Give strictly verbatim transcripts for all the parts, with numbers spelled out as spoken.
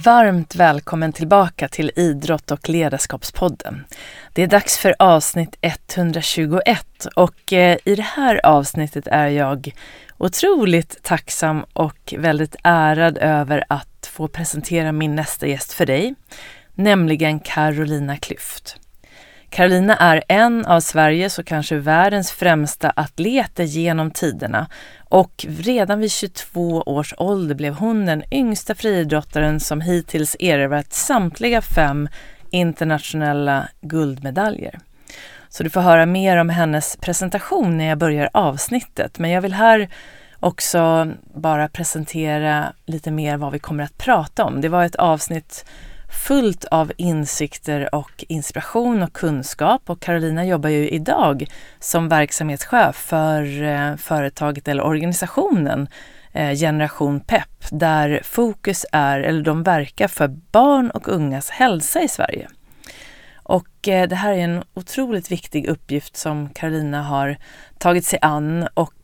Varmt välkommen tillbaka till Idrott- och ledarskapspodden. Det är dags för avsnitt etthundratjugoett och eh, i det här avsnittet är jag otroligt tacksam och väldigt ärad över att få presentera min nästa gäst för dig, nämligen Carolina Klüft. Carolina är en av Sveriges och kanske världens främsta atleter genom tiderna och redan vid tjugotvå års ålder blev hon den yngsta friidrottaren som hittills erövrat samtliga fem internationella guldmedaljer. Så du får höra mer om hennes presentation när jag börjar avsnittet, men jag vill här också bara presentera lite mer vad vi kommer att prata om. Det var ett avsnitt fullt av insikter och inspiration och kunskap, och Carolina jobbar ju idag som verksamhetschef för eh, företaget eller organisationen eh, Generation Pep, där fokus är, eller de verkar för barn och ungas hälsa i Sverige. Och eh, det här är en otroligt viktig uppgift som Carolina har tagit sig an, och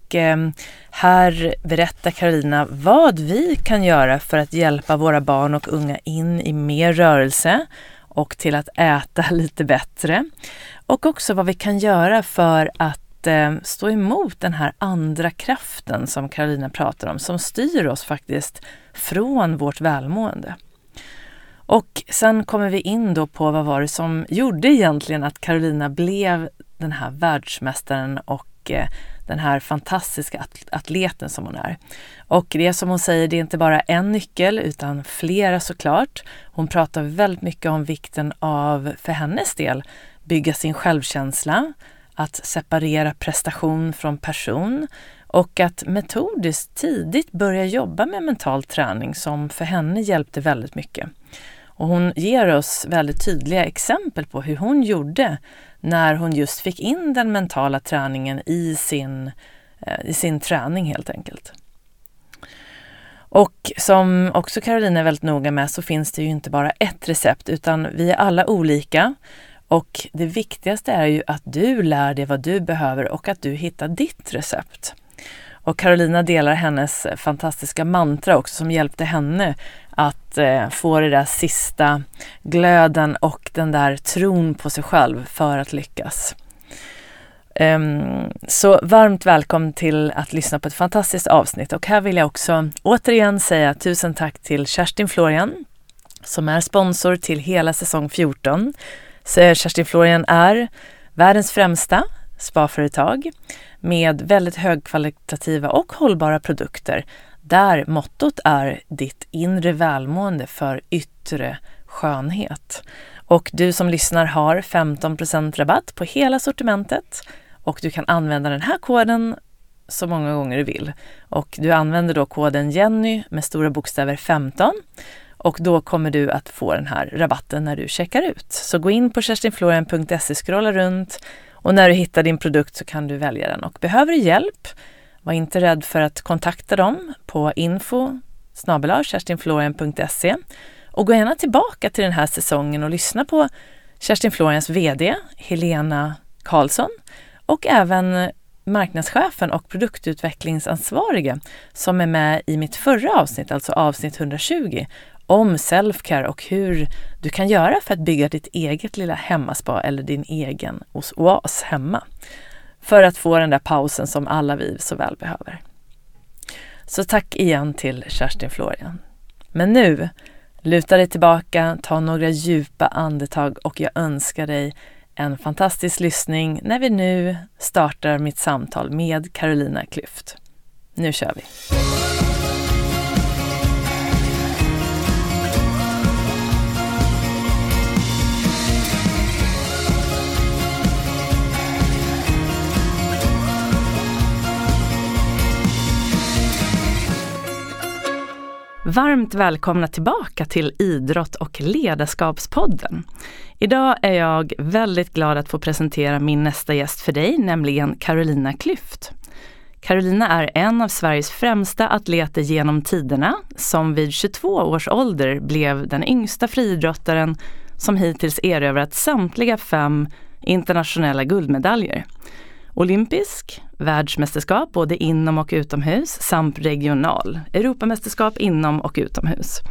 här berättar Carolina vad vi kan göra för att hjälpa våra barn och unga in i mer rörelse och till att äta lite bättre. Och också vad vi kan göra för att eh, stå emot den här andra kraften som Carolina pratar om, som styr oss faktiskt från vårt välmående. Och sen kommer vi in då på vad var det som gjorde egentligen att Carolina blev den här världsmästaren och eh, den här fantastiska atleten som hon är. Och det som hon säger, det är inte bara en nyckel utan flera såklart. Hon pratar väldigt mycket om vikten av, för hennes del, bygga sin självkänsla, att separera prestation från person och att metodiskt tidigt börja jobba med mental träning som för henne hjälpte väldigt mycket. Och hon ger oss väldigt tydliga exempel på hur hon gjorde när hon just fick in den mentala träningen i sin, i sin träning helt enkelt. Och som också Carolina är väldigt noga med, så finns det ju inte bara ett recept, utan vi är alla olika. Och det viktigaste är ju att du lär dig vad du behöver och att du hittar ditt recept. Och Carolina delar hennes fantastiska mantra också, som hjälpte henne att eh, få det där sista glöden och den där tron på sig själv för att lyckas. Um, så varmt välkommen till att lyssna på ett fantastiskt avsnitt. Och här vill jag också återigen säga tusen tack till Kerstin Florian som är sponsor till hela säsong fjorton. Så Kerstin Florian är världens främsta spaföretag med väldigt högkvalitativa och hållbara produkter, där mottot är ditt inre välmående för yttre skönhet. Och du som lyssnar har femton procent rabatt på hela sortimentet, och du kan använda den här koden så många gånger du vill. Och du använder då koden Jenny med stora bokstäver femton, och då kommer du att få den här rabatten när du checkar ut. Så gå in på kerstinflorian punkt se, scrolla runt, och när du hittar din produkt så kan du välja den. Och behöver du hjälp, var inte rädd för att kontakta dem på info snabel-a kerstinflorian punkt se, och gå gärna tillbaka till den här säsongen och lyssna på Kerstin Florians vd Helena Karlsson och även marknadschefen och produktutvecklingsansvariga som är med i mitt förra avsnitt, alltså avsnitt etthundratjugo, om self-care och hur du kan göra för att bygga ditt eget lilla hemmaspa eller din egen oas hemma, för att få den där pausen som alla vi så väl behöver. Så tack igen till Kerstin Florian. Men nu, luta dig tillbaka, ta några djupa andetag, och jag önskar dig en fantastisk lyssning när vi nu startar mitt samtal med Carolina Klüft. Nu kör vi! Varmt välkomna tillbaka till Idrott- och ledarskapspodden. Idag är jag väldigt glad att få presentera min nästa gäst för dig, nämligen Carolina Klüft. Carolina är en av Sveriges främsta atleter genom tiderna, som vid tjugotvå års ålder blev den yngsta friidrottaren som hittills erövrat samtliga fem internationella guldmedaljer. Olympisk, världsmästerskap både inom och utomhus samt regional, Europamästerskap inom och utomhus.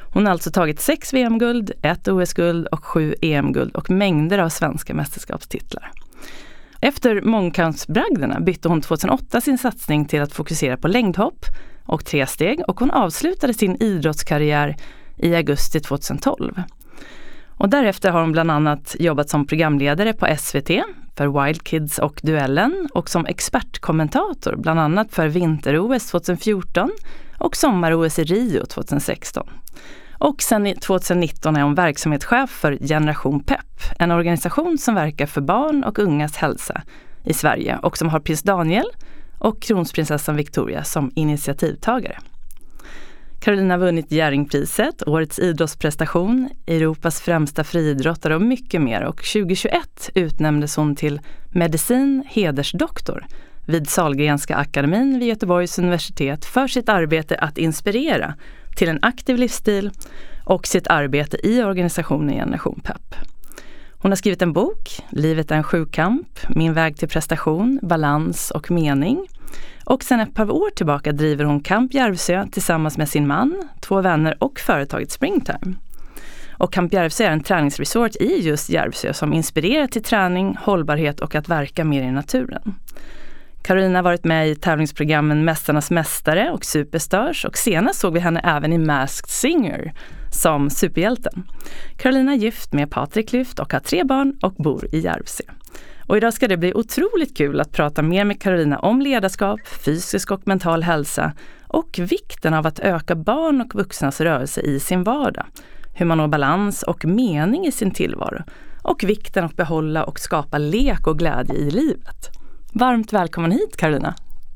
Hon har alltså tagit sex V M-guld, ett O S-guld och sju E M-guld och mängder av svenska mästerskapstitlar. Efter mångkampsbragderna bytte hon tjugohundraåtta sin satsning till att fokusera på längdhopp och tresteg, och hon avslutade sin idrottskarriär i augusti tjugohundratolv. Och därefter har hon bland annat jobbat som programledare på S V T för Wild Kids och Duellen och som expertkommentator bland annat för vinter-O S tjugohundrafjorton och sommar-O S i Rio tjugohundrasexton. Och sen tjugonitton är hon verksamhetschef för Generation Pep, en organisation som verkar för barn och ungas hälsa i Sverige och som har prins Daniel och kronsprinsessan Victoria som initiativtagare. Carolina har vunnit Jerringpriset, årets idrottsprestation, Europas främsta friidrottare och mycket mer, och tjugohundratjugoett utnämndes hon till medicin hedersdoktor vid Sahlgrenska akademin vid Göteborgs universitet för sitt arbete att inspirera till en aktiv livsstil och sitt arbete i organisationen Generation Pep. Hon har skrivit en bok, Livet är en sjukamp, Min väg till prestation, balans och mening. Och sedan ett par år tillbaka driver hon Camp Järvsö tillsammans med sin man, två vänner och företaget Springtime. Och Camp Järvsö är en träningsresort i just Järvsö som inspirerar till träning, hållbarhet och att verka mer i naturen. Carolina har varit med i tävlingsprogrammen Mästarnas mästare och Superstars, och senast såg vi henne även i Masked Singer som superhjälten. Carolina är gift med Patrik Lyft och har tre barn och bor i Järvsö. Och idag ska det bli otroligt kul att prata mer med Carolina om ledarskap, fysisk och mental hälsa och vikten av att öka barn och vuxnas rörelse i sin vardag. Hur man når balans och mening i sin tillvaro och vikten att behålla och skapa lek och glädje i livet. Varmt välkommen hit, Carolina.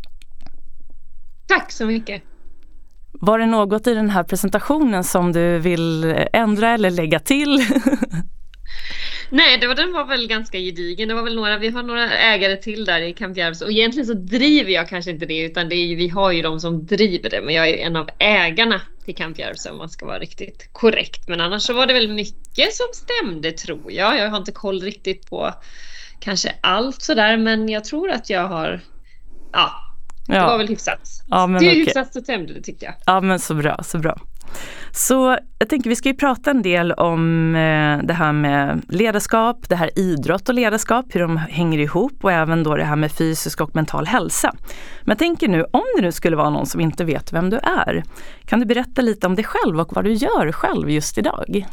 Tack så mycket. Var det något i den här presentationen som du vill ändra eller lägga till? Nej, det var, den var väl ganska gedigen. Det var väl några, vi har några ägare till där i Camp Järvsö. Och egentligen så driver jag kanske inte det, utan det är ju, vi har ju de som driver det. Men jag är en av ägarna till Camp Järvsö, om man ska vara riktigt korrekt. Men annars så var det väl mycket som stämde, tror jag. Jag har inte koll riktigt på kanske allt sådär, men jag tror att jag har, ja, det ja. var väl hyfsat. Ja, men det är okej. hyfsat så stämde det, tyckte jag. Ja, men så bra, så bra. Så jag tänker vi ska ju prata en del om eh, det här med ledarskap, det här idrott och ledarskap, hur de hänger ihop, och även då det här med fysisk och mental hälsa. Men jag tänker nu, om det nu skulle vara någon som inte vet vem du är, kan du berätta lite om dig själv och vad du gör själv just idag?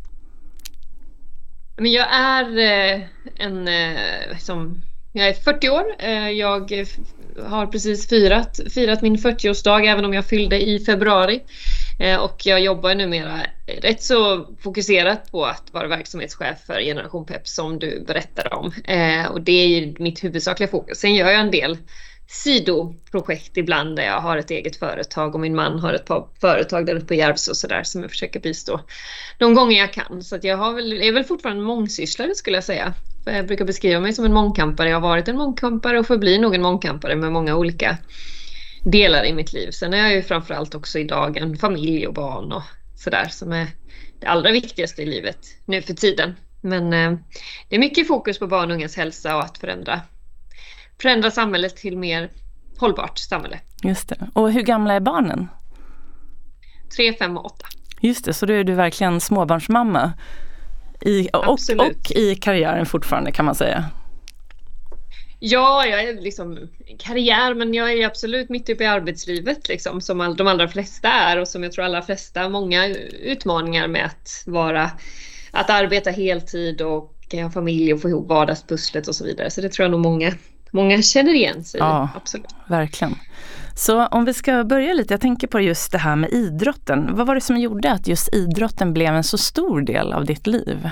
Men jag är eh, en eh, som jag är fyrtio år. Eh, jag har precis firat firat min fyrtioårsdag, även om jag fyllde i februari. Eh, och jag jobbar numera rätt så fokuserat på att vara verksamhetschef för Generation Pep, som du berättade om. Eh, och det är ju mitt huvudsakliga fokus. Sen gör jag en del sidoprojekt ibland där jag har ett eget företag, och min man har ett par företag där uppe på Järvsö och sådär som jag försöker bistå de gånger jag kan. Så att jag har väl, är väl fortfarande en mångsysslare, skulle jag säga. För jag brukar beskriva mig som en mångkampare. Jag har varit en mångkampare och förblir nog en mångkampare med många olika delar i mitt liv. Sen är jag ju framförallt också idag en familj och barn och sådär, som är det allra viktigaste i livet nu för tiden. Men eh, det är mycket fokus på barn och ungas hälsa och att förändra förändra samhället till mer hållbart samhälle. Just det. Och hur gamla är barnen? Tre, fem och åtta. Just det, så då är du verkligen småbarnsmamma i, och, och i karriären fortfarande, kan man säga. Ja, jag är liksom karriär, men jag är absolut mitt uppe i arbetslivet liksom, som all, de allra flesta är, och som jag tror allra flesta, många utmaningar med att vara att arbeta heltid och ha familj och få ihop vardagspusslet och så vidare. Så det tror jag nog många Många känner igen sig. Ja, absolut. Verkligen. Så om vi ska börja lite, jag tänker på just det här med idrotten. Vad var det som gjorde att just idrotten blev en så stor del av ditt liv?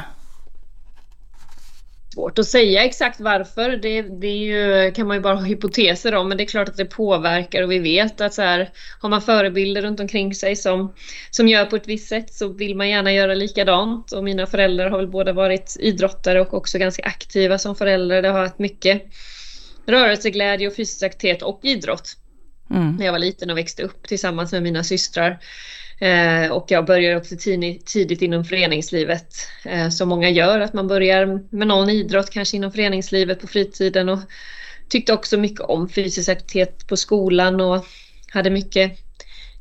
Svårt att säga exakt varför. Det, det är ju, kan man ju bara ha hypoteser om, men det är klart att det påverkar, och vi vet att så här, har man förebilder runt omkring sig som, som gör på ett visst sätt, så vill man gärna göra likadant. Och mina föräldrar har väl båda varit idrottare och också ganska aktiva som föräldrar. Det har varit mycket rörelseglädje och fysisk aktivitet och idrott. Mm. När jag var liten och växte upp tillsammans med mina systrar. Eh, och jag började också tidigt, tidigt inom föreningslivet. Eh, som många gör, att man börjar med någon idrott kanske inom föreningslivet på fritiden. Och tyckte också mycket om fysisk aktivitet på skolan och hade mycket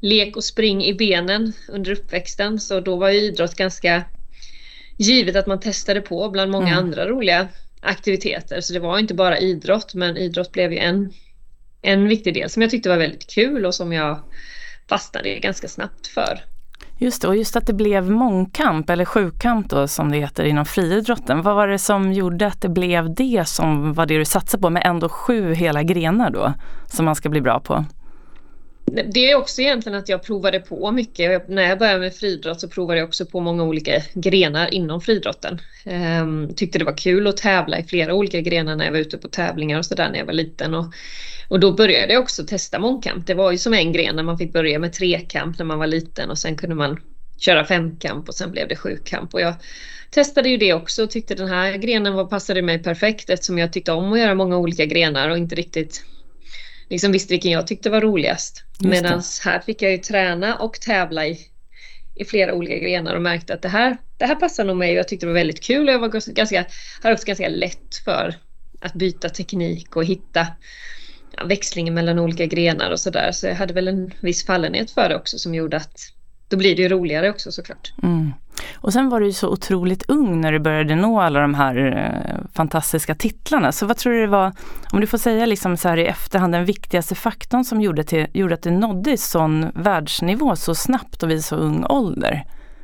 lek och spring i benen under uppväxten. Så då var ju idrott ganska givet att man testade på bland många mm. andra roliga aktiviteter. Så det var inte bara idrott, men idrott blev ju en, en viktig del som jag tyckte var väldigt kul och som jag fastnade ganska snabbt för. Just det, och just att det blev mångkamp eller sjukamp då som det heter inom friidrotten. Vad var det som gjorde att det blev det som var det du satsade på med ändå sju hela grenar då som man ska bli bra på? Det är också egentligen att jag provade på mycket. När jag började med friidrott så provade jag också på många olika grenar inom friidrotten. Ehm, tyckte det var kul att tävla i flera olika grenar när jag var ute på tävlingar och sådär när jag var liten. Och, och då började jag också testa mångkamp. Det var ju som en gren när man fick börja med trekamp när man var liten och sen kunde man köra femkamp och sen blev det sjukamp. Och jag testade ju det också och tyckte den här grenen var, passade mig perfekt eftersom jag tyckte om att göra många olika grenar och inte riktigt liksom visste vilken jag tyckte var roligast. Medan här fick jag ju träna och tävla i, i flera olika grenar och märkte att det här, det här passar nog mig och jag tyckte det var väldigt kul. Och jag var ganska, hade också ganska lätt för att byta teknik och hitta ja, växlingen mellan olika grenar och sådär. Så jag hade väl en viss fallenhet för det också som gjorde att då blir det ju roligare också såklart. Mm. Och sen var du ju så otroligt ung när du började nå alla de här eh, fantastiska titlarna. Så vad tror du det var, om du får säga liksom så här i efterhand, den viktigaste faktorn som gjorde, till, gjorde att du nådde i sån världsnivå så snabbt och vid så ung ålder?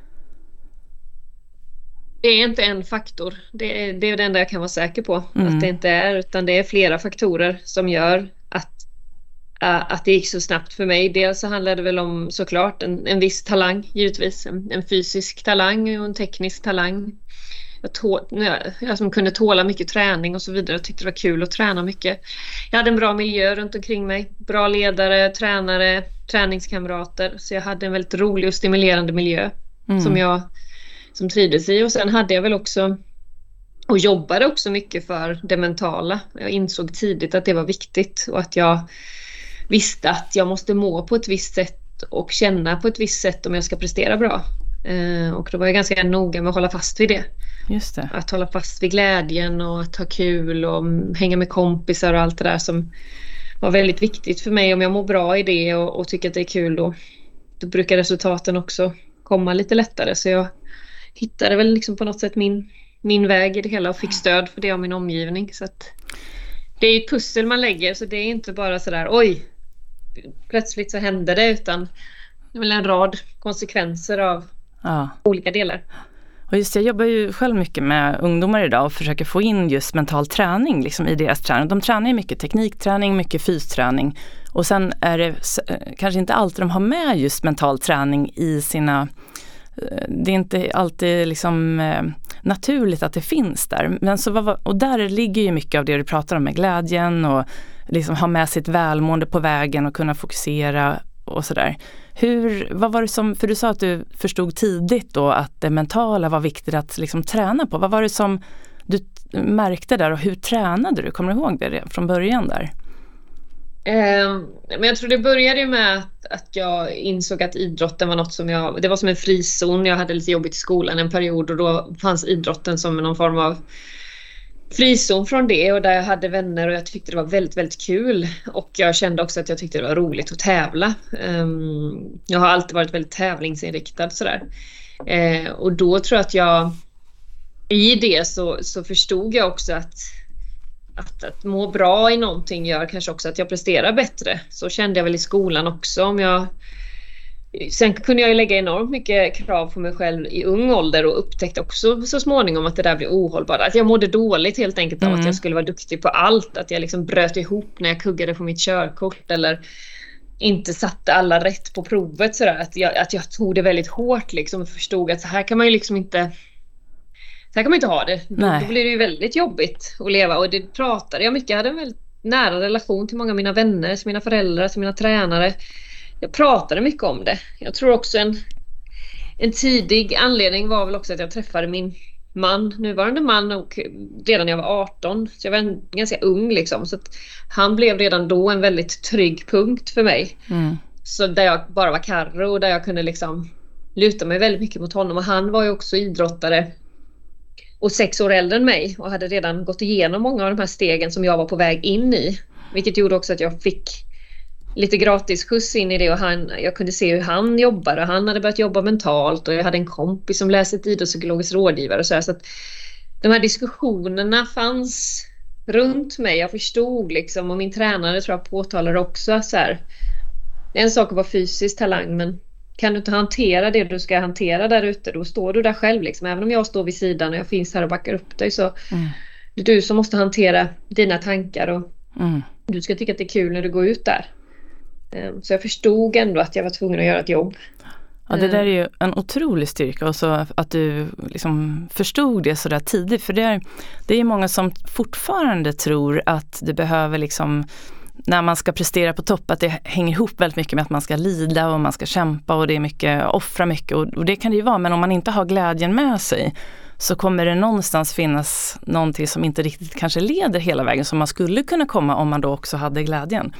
Det är inte en faktor. Det är det, är det enda jag kan vara säker på. Mm. Att det inte är, utan det är flera faktorer som gör att att det gick så snabbt för mig. Dels så handlade det väl om såklart en, en viss talang, givetvis. En, en fysisk talang och en teknisk talang. Jag, tå, jag, jag som kunde tåla mycket träning och så vidare. Jag tyckte det var kul att träna mycket. Jag hade en bra miljö runt omkring mig. Bra ledare, tränare, träningskamrater. Så jag hade en väldigt rolig och stimulerande miljö mm. som jag som trivdes i. Och sen hade jag väl också och jobbade också mycket för det mentala. Jag insåg tidigt att det var viktigt och att jag visste att jag måste må på ett visst sätt och känna på ett visst sätt om jag ska prestera bra. Eh, och då var jag ganska noga med att hålla fast vid det. Just det. Att hålla fast vid glädjen och att ha kul och hänga med kompisar och allt det där som var väldigt viktigt för mig. Om jag mår bra i det och, och tycker att det är kul då, då brukar resultaten också komma lite lättare. Så jag hittade väl liksom på något sätt min, min väg i det hela och fick stöd för det av min omgivning. Så att det är ett pussel man lägger, så det är inte bara sådär oj, plötsligt så händer det, utan det är väl en rad konsekvenser av ja. olika delar. Och just jag jobbar ju själv mycket med ungdomar idag och försöker få in just mental träning liksom i deras träning. De tränar ju mycket teknikträning, mycket fysträning och sen är det kanske inte alltid de har med just mental träning i sina... Det är inte alltid liksom eh, naturligt att det finns där. Men så, och där ligger ju mycket av det du pratar om med glädjen och liksom ha med sitt välmående på vägen och kunna fokusera och sådär. Hur, vad var det som, för du sa att du förstod tidigt då att det mentala var viktigt att liksom träna på. Vad var det som du märkte där och hur tränade du? Kommer du ihåg det från början där? Um, men jag tror det började ju med att, att jag insåg att idrotten var något som jag, det var som en frizon. Jag hade lite jobbigt i skolan en period och då fanns idrotten som någon form av frizon från det, och där jag hade vänner och jag tyckte det var väldigt, väldigt kul. Och jag kände också att jag tyckte det var roligt att tävla. Um, jag har alltid varit väldigt tävlingsinriktad sådär. Uh, och då tror jag att jag i det så, så förstod jag också att Att, att må bra i någonting gör kanske också att jag presterar bättre. Så kände jag väl i skolan också. Om jag, sen kunde jag ju lägga enormt mycket krav på mig själv i ung ålder och upptäckte också så småningom att det där blev ohållbart. Att jag mådde dåligt helt enkelt av mm. att jag skulle vara duktig på allt. Att jag liksom bröt ihop när jag kuggade på mitt körkort eller inte satte alla rätt på provet. Sådär. Att, jag, att jag tog det väldigt hårt liksom, och förstod att så här kan man ju liksom inte... Så här kan man inte ha det. Då, då blir det ju väldigt jobbigt att leva. Och det pratade jag mycket. Jag hade en väldigt nära relation till många av mina vänner, till mina föräldrar, till mina tränare. Jag pratade mycket om det. Jag tror också en, en tidig anledning var väl också att jag träffade min man, nuvarande man, och redan när jag var arton. Så jag var en, ganska ung liksom. Så att han blev redan då en väldigt trygg punkt för mig. Mm. Så där jag bara var karro och där jag kunde liksom luta mig väldigt mycket mot honom. Och han var ju också idrottare och sex år äldre än mig och hade redan gått igenom många av de här stegen som jag var på väg in i. Vilket gjorde också att jag fick lite gratis skjuts in i det och han, jag kunde se hur han jobbar och han hade börjat jobba mentalt och jag hade en kompis som läste ett idrottspsykologisk rådgivare och så här, så att de här diskussionerna fanns runt mig. Jag förstod liksom, och min tränare tror jag påtalade också så här, det är en sak att vara fysisk talang, men kan du inte hantera det du ska hantera där ute, då står du där själv liksom. Även om jag står vid sidan och jag finns här och backar upp dig, så mm. det är du som måste hantera dina tankar och mm. du ska tycka att det är kul när du går ut där. Så jag förstod ändå att jag var tvungen att göra ett jobb. Ja, det där är ju en otrolig styrka, och så att du liksom förstod det så där tidigt. För det är, det är många som fortfarande tror att det behöver liksom, när man ska prestera på topp, att det hänger ihop väldigt mycket med att man ska lida och man ska kämpa och det är mycket, offra mycket, och, och det kan det ju vara. Men om man inte har glädjen med sig, så kommer det någonstans finnas någonting som inte riktigt kanske leder hela vägen som man skulle kunna komma om man då också hade glädjen.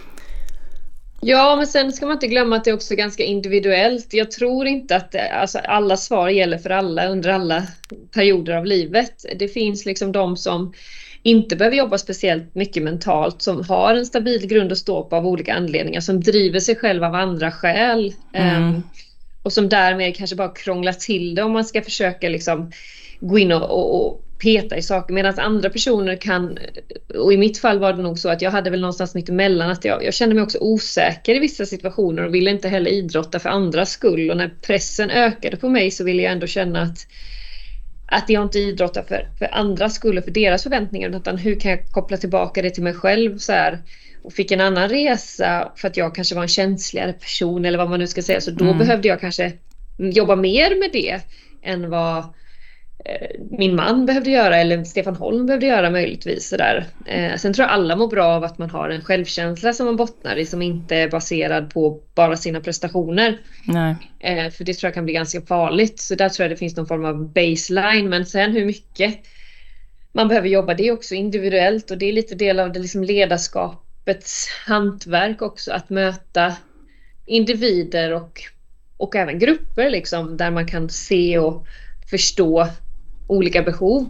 Ja, men sen ska man inte glömma att det är också ganska individuellt. Jag tror inte att det, alltså, alla svar gäller för alla under alla perioder av livet. Det finns liksom de som inte behöver jobba speciellt mycket mentalt, som har en stabil grund att stå på av olika anledningar, som driver sig själva av andra skäl mm. um, och som därmed kanske bara krånglar till det om man ska försöka liksom gå in och, och, och peta i saker, medan andra personer kan, och i mitt fall var det nog så att jag hade väl någonstans mitt emellan, att jag, jag kände mig också osäker i vissa situationer och ville inte heller idrotta för andras skull, och när pressen ökade på mig så ville jag ändå känna att att jag inte idrottar för, för andras skull och för deras förväntningar, utan hur kan jag koppla tillbaka det till mig själv så här, och fick en annan resa för att jag kanske var en känsligare person eller vad man nu ska säga, så då mm. behövde jag kanske jobba mer med det än vad min man behövde göra eller Stefan Holm behövde göra möjligtvis så där. Eh, sen tror jag alla mår bra av att man har en självkänsla som man bottnar i, som inte är baserad på bara sina prestationer. Nej. Eh, för det tror jag kan bli ganska farligt. Så där tror jag det finns någon form av baseline, men sen hur mycket man behöver jobba, det är också individuellt, och det är lite del av det liksom ledarskapets hantverk också, att möta individer och, och även grupper liksom, där man kan se och förstå olika behov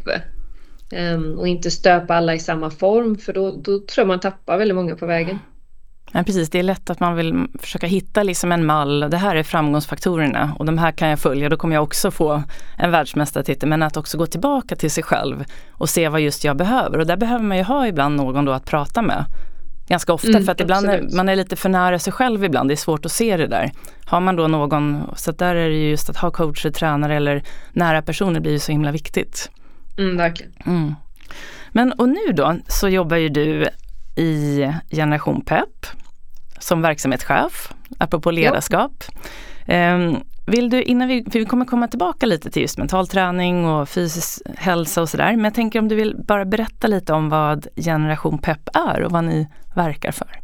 um, och inte stöpa alla i samma form, för då, då tror jag man tappar väldigt många på vägen. Ja, precis, det är lätt att man vill försöka hitta liksom en mall, det här är framgångsfaktorerna och de här kan jag följa, då kommer jag också få en världsmästartitel, men att också gå tillbaka till sig själv och se vad just jag behöver, och där behöver man ju ha ibland någon då att prata med. Ganska ofta, mm, för att ibland är, man är lite för nära sig själv ibland, det är svårt att se det där. Har man då någon, så där är det just att ha coacher, tränare eller nära personer blir ju så himla viktigt. Mm, verkligen. Mm. Men och nu då så jobbar ju du i Generation Pep som verksamhetschef, apropå ledarskap. Ja. Um, Vill du, innan vi, vi kommer komma tillbaka lite till just mental träning och fysisk hälsa och sådär, men jag tänker om du vill bara berätta lite om vad Generation Pep är och vad ni verkar för.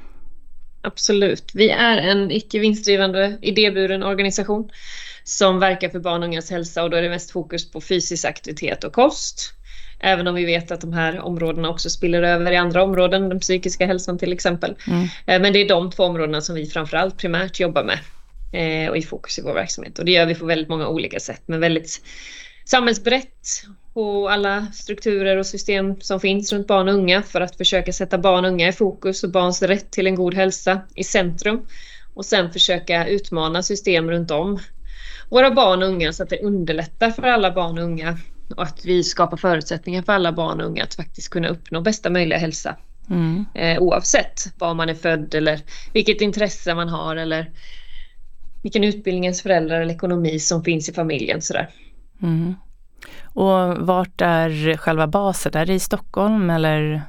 Absolut. Vi är en icke-vinstdrivande idéburen organisation som verkar för barn och ungas hälsa, och då är det mest fokus på fysisk aktivitet och kost. Även om vi vet att de här områdena också spiller över i andra områden, den psykiska hälsan till exempel. Mm. Men det är de två områdena som vi framförallt primärt jobbar med och i fokus i vår verksamhet. Och det gör vi på väldigt många olika sätt, men väldigt samhällsbrett på alla strukturer och system som finns runt barn och unga, för att försöka sätta barn och unga i fokus och barns rätt till en god hälsa i centrum, och sen försöka utmana system runt om våra barn och unga så att det underlättar för alla barn och unga, och att vi skapar förutsättningar för alla barn och unga att faktiskt kunna uppnå bästa möjliga hälsa. Mm. Eh, oavsett var man är född eller vilket intresse man har eller vilken utbildning ens föräldrar eller ekonomi som finns i familjen. Sådär. Mm. Och vart är själva basen? Är det i Stockholm eller?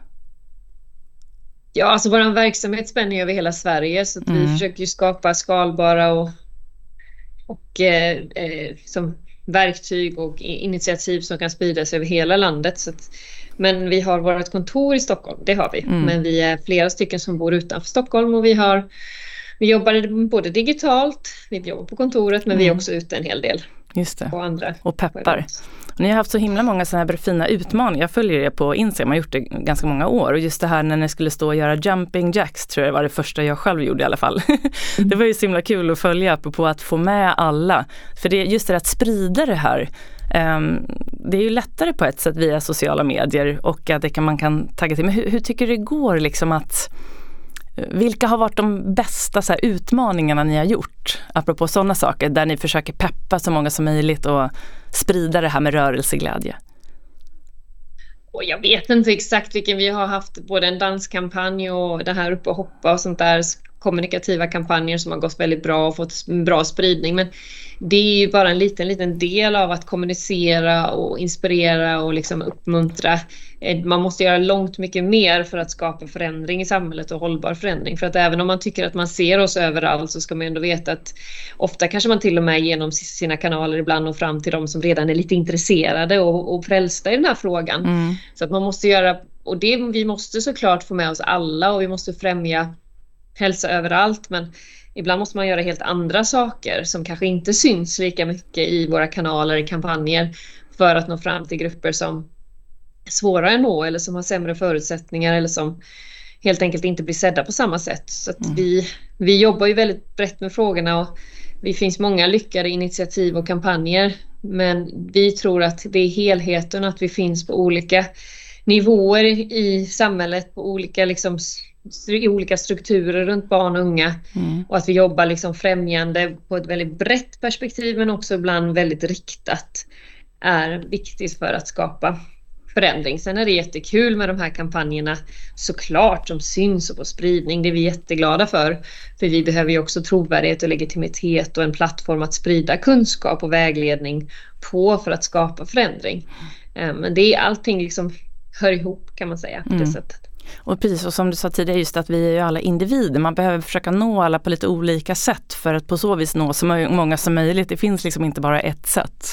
Ja, alltså vår verksamhet spänner över hela Sverige, så att mm. vi försöker ju skapa skalbara och, och eh, eh, som verktyg och initiativ som kan spridas över hela landet. Så att, men vi har vårt kontor i Stockholm, det har vi. Mm. Men vi är flera stycken som bor utanför Stockholm, och vi har Vi jobbar både digitalt, vi jobbar på kontoret, men mm. vi är också ute en hel del. Just det. På andra. Och peppar. Och ni har haft så himla många sådana här fina utmaningar. Jag följer det på Instagram, jag har gjort det ganska många år. Och just det här när ni skulle stå och göra jumping jacks, tror jag var det första jag själv gjorde i alla fall. Mm. Det var ju så himla kul att följa på att få med alla. För det är just det att sprida det här. Um, det är ju lättare på ett sätt via sociala medier, och att det kan, man kan tagga till. Men hur, hur tycker du det går liksom att Vilka har varit de bästa så här, utmaningarna ni har gjort? Apropå sådana saker, där ni försöker peppa så många som möjligt och sprida det här med rörelseglädje. Och jag vet inte exakt vilken vi har haft, både en danskampanj och det här uppe och hoppa och sånt där, kommunikativa kampanjer som har gått väldigt bra och fått bra spridning. Men det är ju bara en liten, liten del av att kommunicera och inspirera och liksom uppmuntra. Man måste göra långt mycket mer för att skapa förändring i samhället och hållbar förändring. För att även om man tycker att man ser oss överallt så ska man ändå veta att ofta kanske man till och med genom sina kanaler ibland och fram till de som redan är lite intresserade och, och frälsta i den här frågan. Mm. Så att man måste göra, och det vi måste såklart få med oss alla och vi måste främja hälsa överallt, men ibland måste man göra helt andra saker som kanske inte syns lika mycket i våra kanaler, i kampanjer, för att nå fram till grupper som är svårare att nå eller som har sämre förutsättningar eller som helt enkelt inte blir sedda på samma sätt. Så att mm. vi, vi jobbar ju väldigt brett med frågorna och det finns många lyckade initiativ och kampanjer, men vi tror att det är helheten, att vi finns på olika nivåer i samhället, på olika liksom i olika strukturer runt barn och unga mm. och att vi jobbar liksom främjande på ett väldigt brett perspektiv men också ibland väldigt riktat är viktigt för att skapa förändring. Sen är det jättekul med de här kampanjerna såklart som syns och på spridning, det är vi jätteglada för, för vi behöver ju också trovärdighet och legitimitet och en plattform att sprida kunskap och vägledning på för att skapa förändring. Men det är allting liksom hör ihop kan man säga på det mm. sättet. Och precis, och som du sa tidigare, just att vi är ju alla individer. Man behöver försöka nå alla på lite olika sätt för att på så vis nå så många som möjligt. Det finns liksom inte bara ett sätt.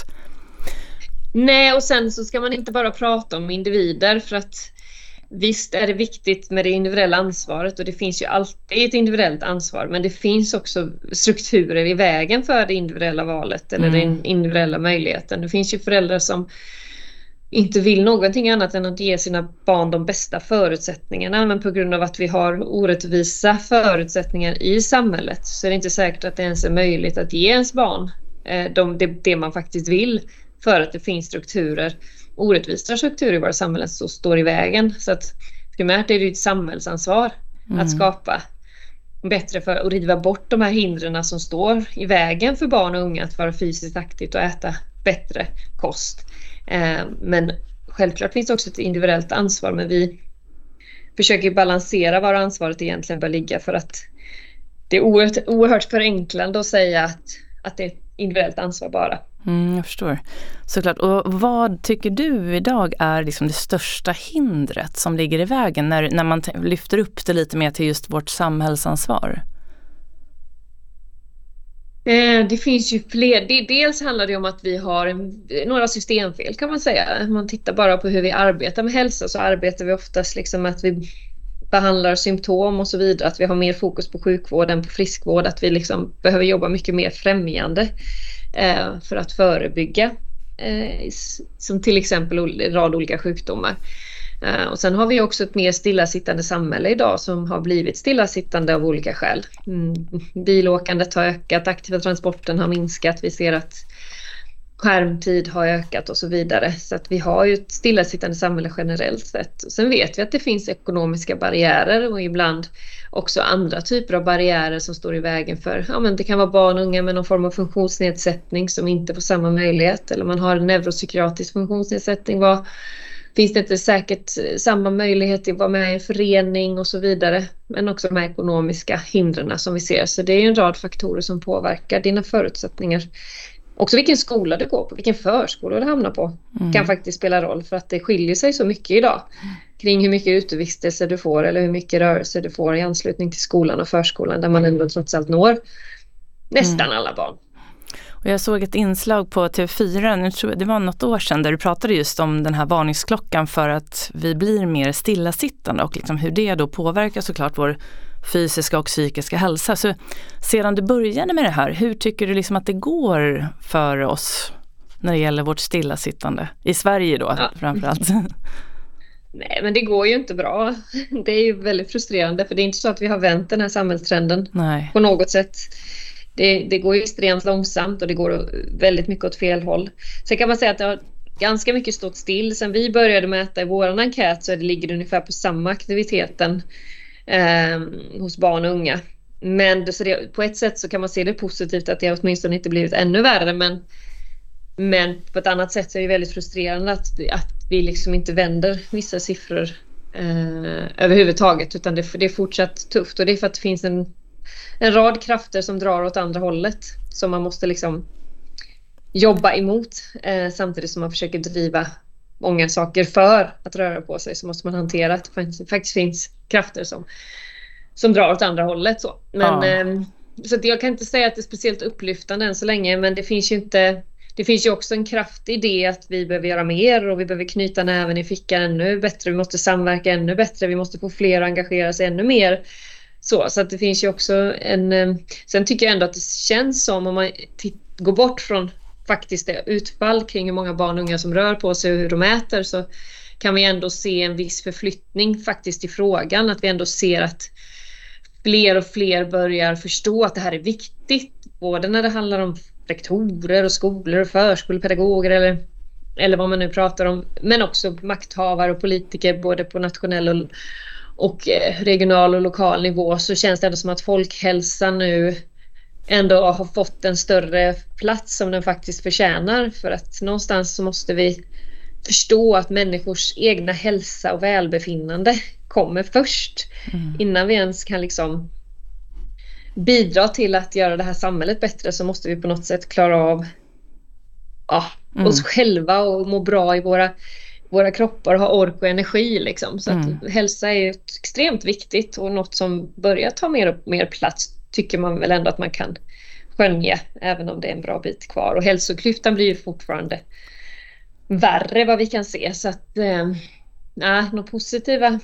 Nej, och sen så ska man inte bara prata om individer, för att visst är det viktigt med det individuella ansvaret och det finns ju alltid ett individuellt ansvar, men det finns också strukturer i vägen för det individuella valet eller mm. den individuella möjligheten. Det finns ju föräldrar som inte vill någonting annat än att ge sina barn de bästa förutsättningarna, men på grund av att vi har orättvisa förutsättningar i samhället så är det inte säkert att det ens är möjligt att ge ens barn eh, de, det, det man faktiskt vill, för att det finns strukturer, orättvisa strukturer i våra samhällen som står i vägen. Så att primärt är det ett samhällsansvar mm. att skapa bättre för att riva bort de här hindren som står i vägen för barn och unga att vara fysiskt aktivt och äta bättre kost. Men självklart finns det också ett individuellt ansvar, men vi försöker balansera var ansvaret egentligen bör ligga, för att det är oerhört, oerhört förenklande att säga att, att det är ett individuellt ansvar bara. Mm, jag förstår. Såklart. Och vad tycker du idag är liksom det största hindret som ligger i vägen när, när man t- lyfter upp det lite mer till just vårt samhällsansvar? Det finns ju fler. Dels handlar det om att vi har en, några systemfel kan man säga. Om man tittar bara på hur vi arbetar med hälsa så arbetar vi oftast liksom att vi behandlar symptom och så vidare. Att vi har mer fokus på sjukvård än på friskvård. Att vi liksom behöver jobba mycket mer främjande eh, för att förebygga. Eh, som till exempel en rad olika sjukdomar. Uh, och sen har vi också ett mer stillasittande samhälle idag som har blivit stillasittande av olika skäl. Mm, bilåkandet har ökat, aktiva transporten har minskat, vi ser att skärmtid har ökat och så vidare. Så att vi har ju ett stillasittande samhälle generellt sett. Och sen vet vi att det finns ekonomiska barriärer och ibland också andra typer av barriärer som står i vägen för, ja men det kan vara barn och unga med någon form av funktionsnedsättning som inte får samma möjlighet, eller man har en neuropsykiatrisk funktionsnedsättning, vad finns det inte säkert samma möjlighet att vara med i en förening och så vidare. Men också de här ekonomiska hindren som vi ser. Så det är en rad faktorer som påverkar dina förutsättningar. Också vilken skola du går på, vilken förskola du hamnar på mm. kan faktiskt spela roll. För att det skiljer sig så mycket idag kring hur mycket utevistelse du får eller hur mycket rörelse du får i anslutning till skolan och förskolan. Där man ändå trots allt når nästan mm. alla barn. Och jag såg ett inslag på T V fyra, nu tror jag, det var något år sedan, där du pratade just om den här varningsklockan för att vi blir mer stillasittande och liksom hur det då påverkar såklart vår fysiska och psykiska hälsa. Så sedan du började med det här, hur tycker du liksom att det går för oss när det gäller vårt stillasittande? I Sverige då ja. framförallt. Nej, men det går ju inte bra. Det är ju väldigt frustrerande, för det är inte så att vi har vänt den här samhällstrenden Nej. på något sätt. Det, det går ju extremt långsamt och det går väldigt mycket åt fel håll. Sen kan man säga att det har ganska mycket stått still. Sen vi började mäta i våran enkät så det ligger ungefär på samma aktiviteten eh, hos barn och unga. Men det, så det, på ett sätt så kan man se det positivt att det åtminstone inte blivit ännu värre, men, men på ett annat sätt så är det väldigt frustrerande att, att vi liksom inte vänder vissa siffror eh, överhuvudtaget, utan det, det är fortsatt tufft, och det är för att det finns en, en rad krafter som drar åt andra hållet som man måste liksom jobba emot, eh, samtidigt som man försöker driva många saker för att röra på sig, så måste man hantera att det faktiskt finns krafter som som drar åt andra hållet. Så. Men, ja. eh, så att jag kan inte säga att det är speciellt upplyftande än så länge, men det finns ju inte, det finns ju också en kraft i det att vi behöver göra mer, och vi behöver knyta näven i fickan ännu bättre, vi måste samverka ännu bättre, vi måste få fler att engagera sig ännu mer. Så, så att det finns ju också en, eh, sen tycker jag ändå att det känns som, om man t- går bort från faktiskt det utfall kring hur många barn och unga som rör på sig och hur de äter, så kan vi ändå se en viss förflyttning faktiskt i frågan, att vi ändå ser att fler och fler börjar förstå att det här är viktigt, både när det handlar om rektorer och skolor och förskolepedagoger eller, eller vad man nu pratar om, men också makthavare och politiker både på nationell och, och regional och lokal nivå. Så känns det ändå som att folkhälsan nu ändå har fått en större plats som den faktiskt förtjänar, för att någonstans så måste vi förstå att människors egna hälsa och välbefinnande kommer först, mm. innan vi ens kan liksom bidra till att göra det här samhället bättre, så måste vi på något sätt klara av ja, mm. oss själva och må bra i våra, våra kroppar och ha ork och energi liksom. Så mm. att hälsa är extremt viktigt, och något som börjar ta mer och mer plats tycker man väl ändå att man kan skönja, även om det är en bra bit kvar, och hälsoklyftan blir ju fortfarande värre vad vi kan se, så att eh, nej, några positiva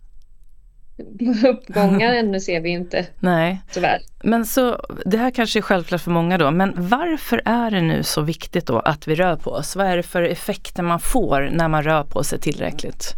uppgångar ännu ser vi inte. Nej. Tyvärr. Men så, det här kanske är självklart för många då, men varför är det nu så viktigt då att vi rör på oss? Vad är det för effekter man får när man rör på sig tillräckligt?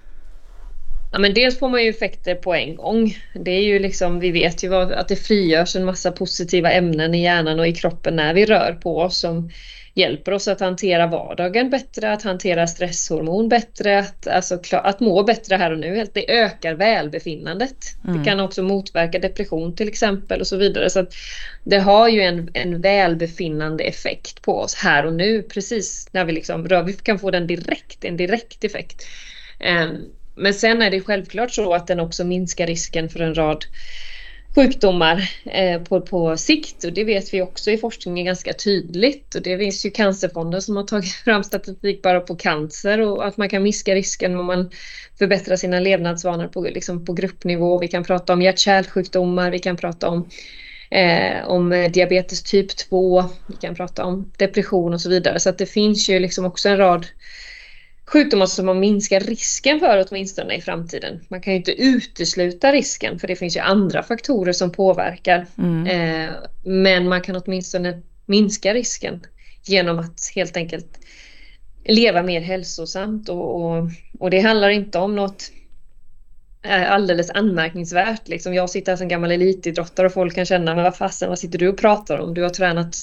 Ja, men dels får man ju effekter på en gång. Det är ju liksom, vi vet ju vad, att det frigörs en massa positiva ämnen i hjärnan och i kroppen när vi rör på oss, som hjälper oss att hantera vardagen bättre, att hantera stresshormon bättre, att, alltså, att må bättre här och nu. Det ökar välbefinnandet. Mm. Det kan också motverka depression till exempel och så vidare. Så att det har ju en, en välbefinnande effekt på oss här och nu, precis när vi liksom rör. Vi kan få den direkt, en direkt effekt. Um, men sen är det självklart så att den också minskar risken för en rad sjukdomar eh, på, på sikt, och det vet vi också i forskningen ganska tydligt, och det finns ju cancerfonder som har tagit fram statistik bara på cancer, och att man kan minska risken om man förbättrar sina levnadsvanor på, liksom på gruppnivå. Vi kan prata om hjärt-kärlsjukdomar, vi kan prata om, eh, om diabetes typ två, vi kan prata om depression och så vidare, så att det finns ju liksom också en rad sjukdomar som man minskar risken för åtminstone i framtiden. Man kan ju inte utesluta risken, för det finns ju andra faktorer som påverkar. Mm. Eh, men man kan åtminstone minska risken genom att helt enkelt leva mer hälsosamt. Och, och, och det handlar inte om något eh, alldeles anmärkningsvärt. Liksom jag sitter som gammal elitidrottare och folk kan känna, men vad fasen, vad sitter du och pratar om? Du har tränat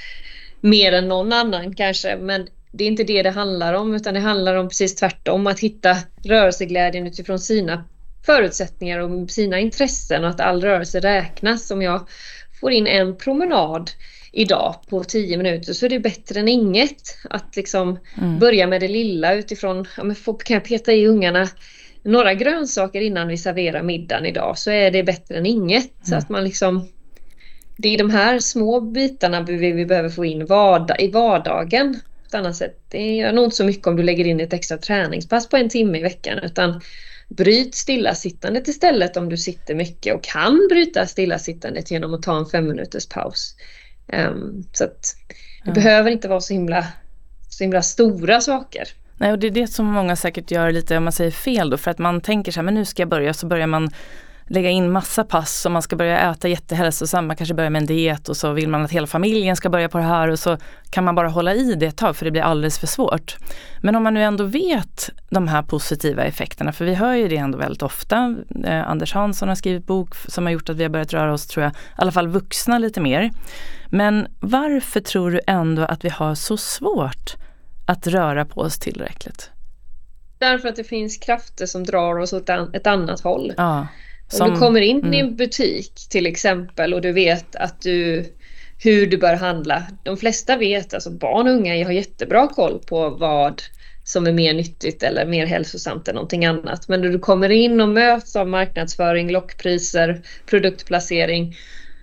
mer än någon annan kanske, men det är inte det det handlar om, utan det handlar om precis tvärtom, att hitta rörelseglädjen utifrån sina förutsättningar och sina intressen, och att all rörelse räknas. Om jag får in en promenad idag på tio minuter så är det bättre än inget. Att liksom mm. börja med det lilla utifrån, ja, men kan jag peta i ungarna några grönsaker innan vi serverar middagen idag, så är det bättre än inget. Mm. Så att man liksom, det är de här små bitarna vi, vi behöver få in vardag, i vardagen. Annat sätt. Det är nog inte så mycket om du lägger in ett extra träningspass på en timme i veckan, utan bryt stillasittandet istället om du sitter mycket, och kan bryta stillasittandet genom att ta en fem minuters paus. Um, så att det ja. behöver inte vara så himla, så himla stora saker. Nej, och det är det som många säkert gör lite, om man säger fel då, för att man tänker så här, men nu ska jag börja, så börjar man lägga in massa pass och man ska börja äta jättehälsosamt, man kanske börjar med en diet, och så vill man att hela familjen ska börja på det här, och så kan man bara hålla i det ett tag för det blir alldeles för svårt. Men om man nu ändå vet de här positiva effekterna, för vi hör ju det ändå väldigt ofta, eh, Anders Hansson har skrivit bok som har gjort att vi har börjat röra oss, tror jag, i alla fall vuxna lite mer. Men varför tror du ändå att vi har så svårt att röra på oss tillräckligt? Därför att det finns krafter som drar oss åt ett annat håll. Ja. Som, Om du kommer in mm. i en butik till exempel och du vet att du, hur du bör handla. De flesta vet, alltså barn och unga har jättebra koll på vad som är mer nyttigt eller mer hälsosamt än någonting annat. Men när du kommer in och möts av marknadsföring, lockpriser, produktplacering,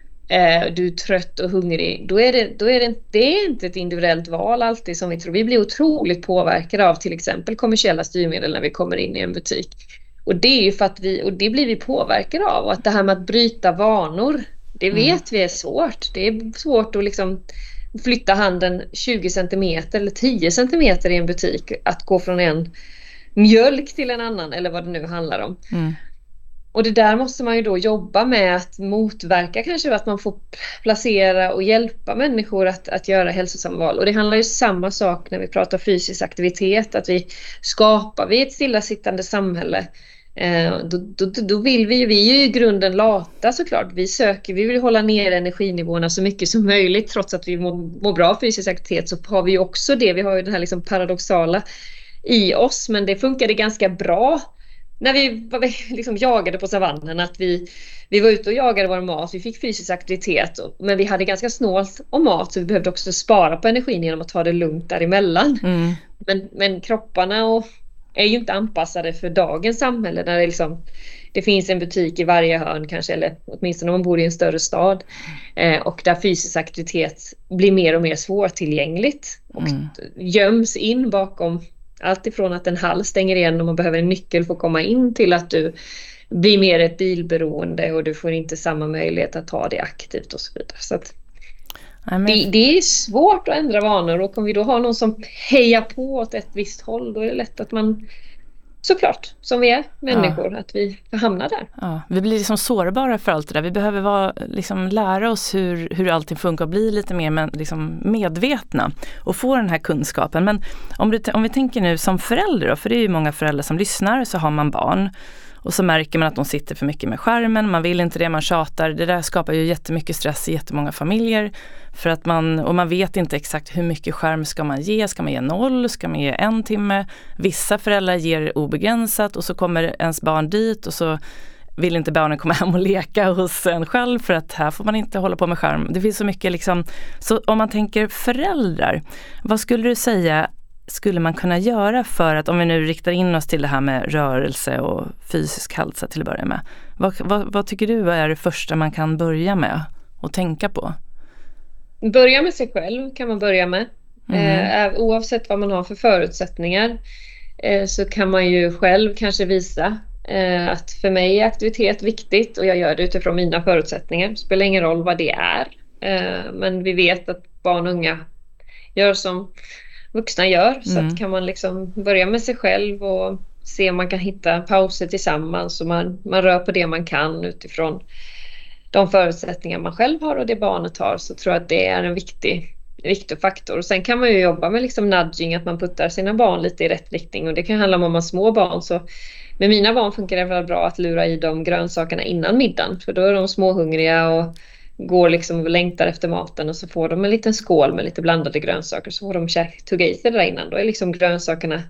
eh, du är trött och hungrig, då är, det, då är det, det är inte ett individuellt val alltid som vi tror. Vi blir otroligt påverkade av till exempel kommersiella styrmedel när vi kommer in i en butik. Och det är ju för att vi, och det blir vi påverkade av. Och att det här med att bryta vanor, det vet mm. vi är svårt. Det är svårt att liksom flytta handen tjugo centimeter eller tio centimeter i en butik. Att gå från en mjölk till en annan eller vad det nu handlar om. Mm. Och det där måste man ju då jobba med att motverka kanske att man får placera och hjälpa människor att, att göra hälsosamma val. Och det handlar ju samma sak när vi pratar fysisk aktivitet, att vi skapar vi ett stillasittande samhälle. Eh, då, då, då vill vi ju, vi är ju i grunden lata såklart. Vi söker, vi vill hålla ner energinivåerna så mycket som möjligt trots att vi mår, mår bra av fysisk aktivitet, så har vi ju också det. Vi har ju den här liksom paradoxala i oss, men det funkade ganska bra när vi liksom jagade på savannen, att vi, vi var ute och jagade vår mat, vi fick fysisk aktivitet, men vi hade ganska snålt om mat så vi behövde också spara på energin genom att ta det lugnt däremellan. Mm. Men, men kropparna och, är ju inte anpassade för dagens samhälle där det, liksom, det finns en butik i varje hörn kanske, eller åtminstone om man bor i en större stad eh, och där fysisk aktivitet blir mer och mer svårtillgängligt och mm. göms in bakom allt ifrån att en hall stänger igen och man behöver en nyckel för att komma in till att du blir mer ett bilberoende och du får inte samma möjlighet att ta det aktivt och så vidare. Så att men... det, det är svårt att ändra vanor, och om vi då har någon som hejar på åt ett visst håll, då är det lätt att man, såklart, som vi är människor, ja. Att vi hamnar där. Ja, vi blir liksom sårbara för allt det där. Vi behöver vara, liksom, lära oss hur, hur allting funkar och bli lite mer men, liksom, medvetna och få den här kunskapen. Men om, du, om vi tänker nu som förälder då, för det är ju många föräldrar som lyssnar, så har man barn. Och så märker man att de sitter för mycket med skärmen. Man vill inte det, man tjatar. Det där skapar ju jättemycket stress i jättemånga familjer. För att man, och man vet inte exakt hur mycket skärm ska man ge. Ska man ge noll? Ska man ge en timme? Vissa föräldrar ger obegränsat och så kommer ens barn dit och så vill inte barnen komma hem och leka hos en själv för att här får man inte hålla på med skärm. Det finns så mycket liksom. Så om man tänker föräldrar, vad skulle du säga skulle man kunna göra för att, om vi nu riktar in oss till det här med rörelse och fysisk hälsa till att börja med. Vad, vad, vad tycker du är det första man kan börja med och tänka på? Börja med sig själv kan man börja med. Mm. Eh, oavsett vad man har för förutsättningar eh, så kan man ju själv kanske visa eh, att för mig är aktivitet viktigt och jag gör det utifrån mina förutsättningar. Det spelar ingen roll vad det är. Eh, men vi vet att barn och unga gör som vuxna gör, så mm. att kan man liksom börja med sig själv och se om man kan hitta pauser tillsammans och man, man rör på det man kan utifrån de förutsättningar man själv har och det barnet har, så tror jag att det är en viktig, viktig faktor. Och sen kan man ju jobba med liksom nudging, att man puttar sina barn lite i rätt riktning, och det kan handla om om man har små barn, så med mina barn funkar det väl bra att lura i dem grönsakerna innan middagen, för då är de småhungriga och går liksom och längtar efter maten, och så får de en liten skål med lite blandade grönsaker, så får de tugga i sig det där innan. Då är liksom grönsakerna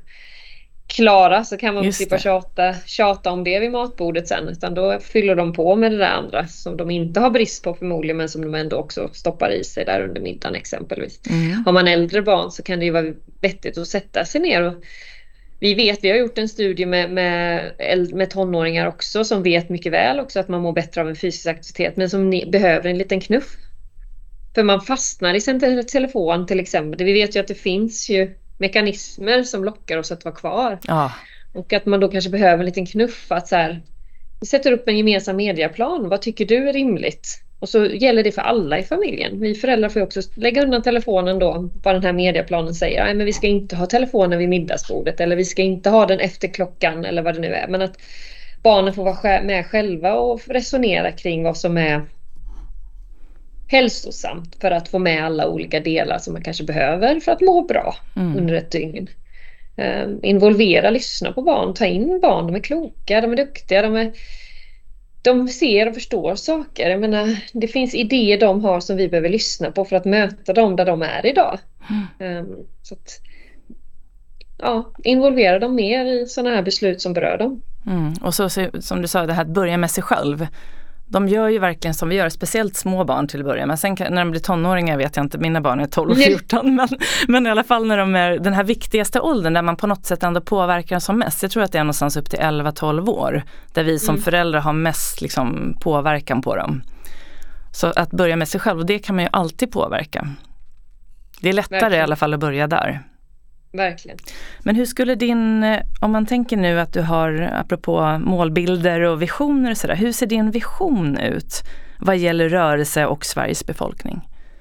klara, så kan man slippa tjata, tjata om det vid matbordet sen, utan då fyller de på med det där andra som de inte har brist på förmodligen, men som de ändå också stoppar i sig där under middagen exempelvis. Mm. Har man äldre barn så kan det ju vara vettigt att sätta sig ner och vi vet, vi har gjort en studie med, med, med tonåringar också som vet mycket väl också att man mår bättre av en fysisk aktivitet, men som ni, behöver en liten knuff. För man fastnar i sin telefon till exempel. Vi vet ju att det finns ju mekanismer som lockar oss att vara kvar. Ja. Och att man då kanske behöver en liten knuff, att så här, vi sätter upp en gemensam mediaplan. Vad tycker du är rimligt? Och så gäller det för alla i familjen. Vi föräldrar får också lägga undan telefonen då, vad den här mediaplanen säger. Nej, men vi ska inte ha telefonen vid middagsbordet, eller vi ska inte ha den efter klockan, eller vad det nu är. Men att barnen får vara med själva och resonera kring vad som är hälsosamt för att få med alla olika delar som man kanske behöver för att må bra mm. under ett dygn. Um, involvera, lyssna på barn, ta in barn. De är kloka, de är duktiga, de är De ser och förstår saker. Jag menar, det finns idéer de har som vi behöver lyssna på för att möta dem där de är idag. Mm. Um, så att, ja, involvera dem mer i sådana här beslut som berör dem. Mm. Och så, så som du sa, det här att börja med sig själv. De gör ju verkligen som vi gör, speciellt små barn till att börja. Men sen när de blir tonåringar vet jag inte, mina barn är tolv och fjorton. men, men i alla fall när de är den här viktigaste åldern där man på något sätt ändå påverkar som mest. Jag tror att det är någonstans upp till elva tolv år. Där vi som mm. föräldrar har mest liksom, påverkan på dem. Så att börja med sig själv, och det kan man ju alltid påverka. Det är lättare verkligen. I alla fall att börja där. Verkligen. Men hur skulle din, om man tänker nu att du har, apropå målbilder och visioner och sådär, hur ser din vision ut vad gäller rörelse och Sveriges befolkning?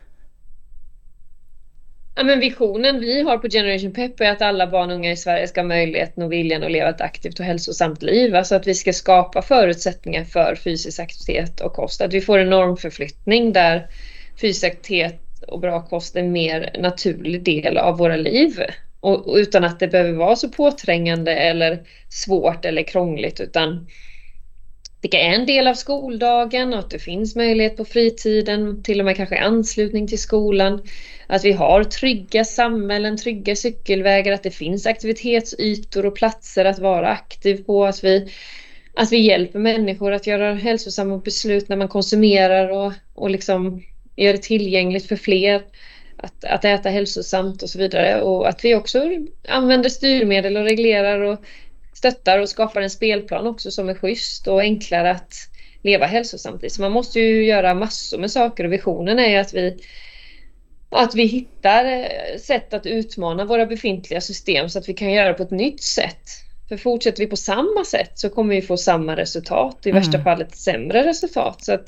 Ja, men visionen vi har på Generation Pep är att alla barn och unga i Sverige ska ha möjligheten och viljan att leva ett aktivt och hälsosamt liv. Alltså att vi ska skapa förutsättningar för fysisk aktivitet och kost. Att vi får en normförflyttning där fysisk aktivitet och bra kost är en mer naturlig del av våra liv. Och, och utan att det behöver vara så påträngande eller svårt eller krångligt, utan det är en del av skoldagen och att det finns möjlighet på fritiden, till och med kanske i anslutning till skolan. Att vi har trygga samhällen, trygga cykelvägar, att det finns aktivitetsytor och platser att vara aktiv på. Att vi, att vi hjälper människor att göra hälsosamma beslut när man konsumerar och, och liksom gör det tillgängligt för fler. Att, att äta hälsosamt och så vidare. Och att vi också använder styrmedel och reglerar och stöttar och skapar en spelplan också som är schysst och enklare att leva hälsosamt i. Så man måste ju göra massor med saker, och visionen är att vi, att vi hittar sätt att utmana våra befintliga system så att vi kan göra det på ett nytt sätt. För fortsätter vi på samma sätt så kommer vi få samma resultat, i mm. värsta fall ett sämre resultat. Så att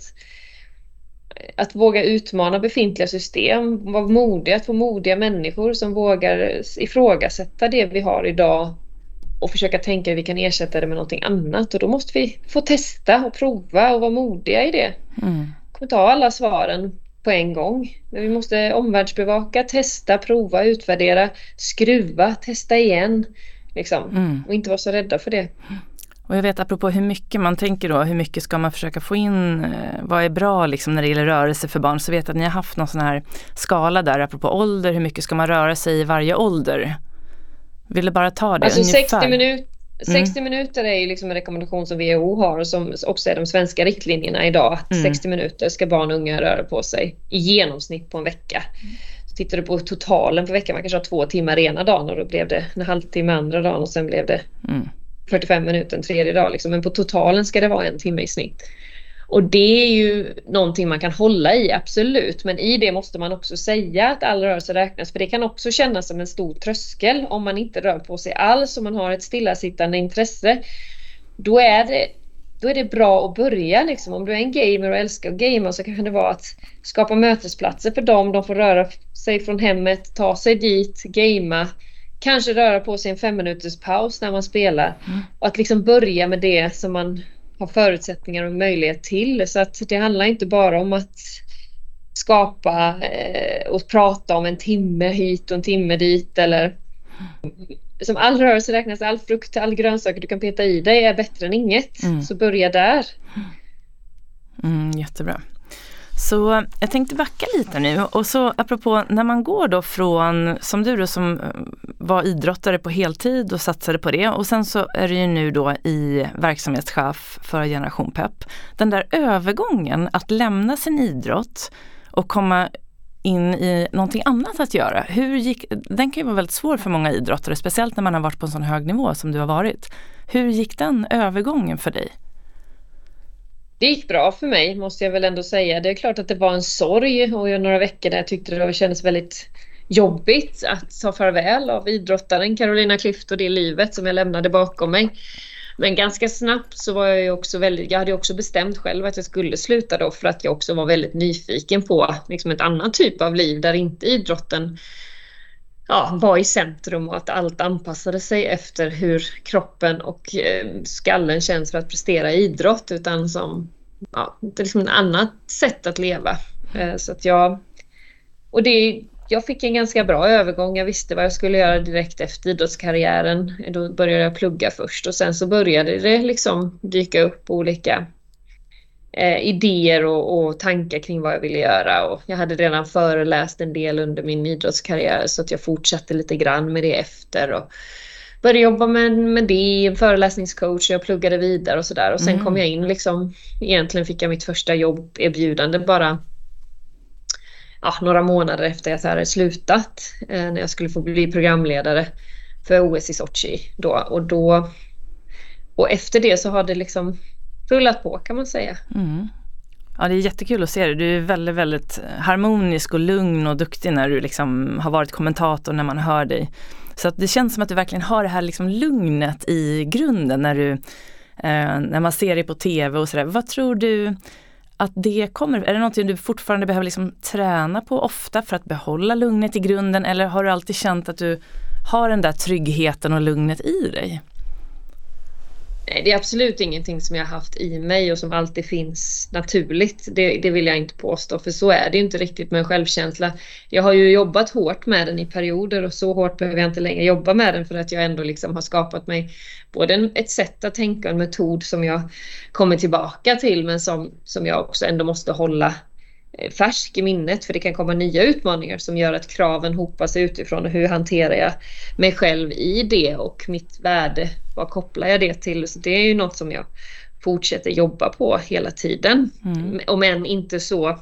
Att våga utmana befintliga system, vara modiga, att få modiga människor som vågar ifrågasätta det vi har idag och försöka tänka hur vi kan ersätta det med någonting annat. Och då måste vi få testa och prova och vara modiga i det. Mm. Kommer ta alla svaren på en gång. Men vi måste omvärldsbevaka, testa, prova, utvärdera, skruva, testa igen. Liksom. Mm. Och inte vara så rädda för det. Och jag vet, apropå hur mycket man tänker då, hur mycket ska man försöka få in, vad är bra liksom när det gäller rörelse för barn, så vet jag att ni har haft någon sån här skala där, apropå ålder, hur mycket ska man röra sig i varje ålder? Vill du bara ta det alltså ungefär? sextio, minut, sextio mm. minuter är ju liksom en rekommendation som W H O har och som också är de svenska riktlinjerna idag, att mm. sextio minuter ska barn och unga röra på sig i genomsnitt på en vecka. Så tittar du på totalen på veckan, man kanske har två timmar ena dagen och då blev det en halvtimme andra dagen och sen blev det mm. fyrtiofem minuter en tredje dag liksom. Men på totalen ska det vara en timme i snitt. Och det är ju någonting man kan hålla i, absolut. Men i det måste man också säga att all rörelse räknas. För det kan också kännas som en stor tröskel om man inte rör på sig alls och man har ett stillasittande intresse. Då är det, då är det bra att börja liksom. Om du är en gamer och älskar att gamea så kan det vara att skapa mötesplatser för dem. De får röra sig från hemmet, ta sig dit, gamea. Kanske röra på sig en fem minuters paus när man spelar. Mm. Och att liksom börja med det som man har förutsättningar och möjlighet till. Så att det handlar inte bara om att skapa eh, och prata om en timme hit och en timme dit. Eller som all rörelse räknas, all frukt, all grönsaker du kan peta i dig är bättre än inget. Mm. Så börja där. Mm, jättebra. Så jag tänkte backa lite nu, och så apropå när man går då från, som du då som var idrottare på heltid och satsade på det, och sen så är du ju nu då i verksamhetschef för Generation Pep. Den där övergången att lämna sin idrott och komma in i någonting annat att göra, hur gick, den kan ju vara väldigt svår för många idrottare, speciellt när man har varit på en sån hög nivå som du har varit. Hur gick den övergången för dig? Det gick bra för mig, måste jag väl ändå säga. Det är klart att det var en sorg, och jag några veckor där jag tyckte det kändes väldigt jobbigt att ta farväl av idrottaren Carolina Klüft och det livet som jag lämnade bakom mig. Men ganska snabbt så var jag ju också väldigt, jag hade också bestämt själv att jag skulle sluta då, för att jag också var väldigt nyfiken på liksom ett annat typ av liv där inte idrotten ja, var i centrum, och att allt anpassade sig efter hur kroppen och eh, skallen känns för att prestera i idrott, utan som ja, det är liksom ett annat sätt att leva. Eh, så att jag och det jag fick en ganska bra övergång. Jag visste vad jag skulle göra direkt efter idrottskarriären. Då började jag plugga först, och sen så började det liksom dyka upp olika eh, idéer och, och tankar kring vad jag ville göra. Och jag hade redan föreläst en del under min idrottskarriär, så att jag fortsatte lite grann med det efter. Och började jobba med, med det, en föreläsningscoach, jag pluggade vidare och sådär. Och sen Mm. kom jag in liksom, egentligen fick jag mitt första jobberbjudande bara ja, några månader efter att jag hade slutat. Eh, när jag skulle få bli programledare för O S i Sochi då. Och då och efter det så har det liksom rullat på, kan man säga. Mm. Ja, det är jättekul att se det. Du är väldigt, väldigt harmonisk och lugn och duktig när du liksom har varit kommentator, när man hör dig. Så att det känns som att du verkligen har det här liksom lugnet i grunden när du eh, när man ser dig på tv och sådär. Vad tror du att det kommer? Är det någonting du fortfarande behöver liksom träna på ofta för att behålla lugnet i grunden, eller har du alltid känt att du har den där tryggheten och lugnet i dig? Nej, det är absolut ingenting som jag har haft i mig och som alltid finns naturligt. Det, det vill jag inte påstå, för så är det inte riktigt med självkänsla. Jag har ju jobbat hårt med den i perioder och så hårt behöver jag inte längre jobba med den, för att jag ändå liksom har skapat mig både en, ett sätt att tänka och en metod som jag kommer tillbaka till, men som, som jag också ändå måste hålla färsk i minnet, för det kan komma nya utmaningar som gör att kraven hopar sig utifrån, och hur hanterar jag mig själv i det och mitt värde, vad kopplar jag det till? Så det är ju något som jag fortsätter jobba på hela tiden, mm. om än inte så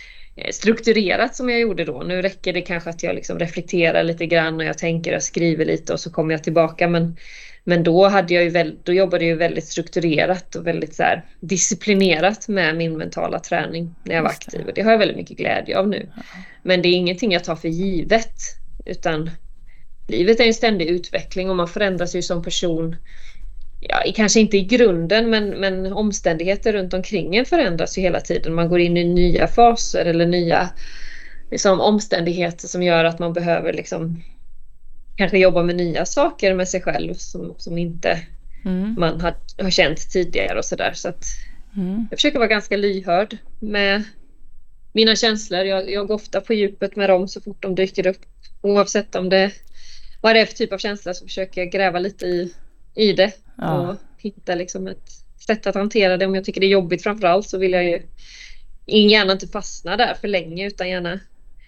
strukturerat som jag gjorde då. Nu räcker det kanske att jag liksom reflekterar lite grann och jag tänker, jag skriver lite och så kommer jag tillbaka, men Men då, hade jag ju väl, då jobbade jag ju väldigt strukturerat och väldigt så här disciplinerat med min mentala träning när jag var aktiv. Och det har jag väldigt mycket glädje av nu. Men det är ingenting jag tar för givet, utan livet är en ständig utveckling och man förändras ju som person. Ja, kanske inte i grunden, men, men omständigheter runt omkring en förändras ju hela tiden. Man går in i nya faser eller nya liksom, omständigheter som gör att man behöver liksom kanske jobba med nya saker med sig själv som, som inte mm. man har, har känt tidigare och sådär. Så att mm. jag försöker vara ganska lyhörd med mina känslor. Jag, jag går ofta på djupet med dem så fort de dyker upp. Oavsett om det vad det är för typ av känsla, så försöker jag gräva lite i, i det. Ja. Och hitta liksom ett sätt att hantera det. Om jag tycker det är jobbigt framförallt, så vill jag ju gärna inte fastna där för länge, utan gärna,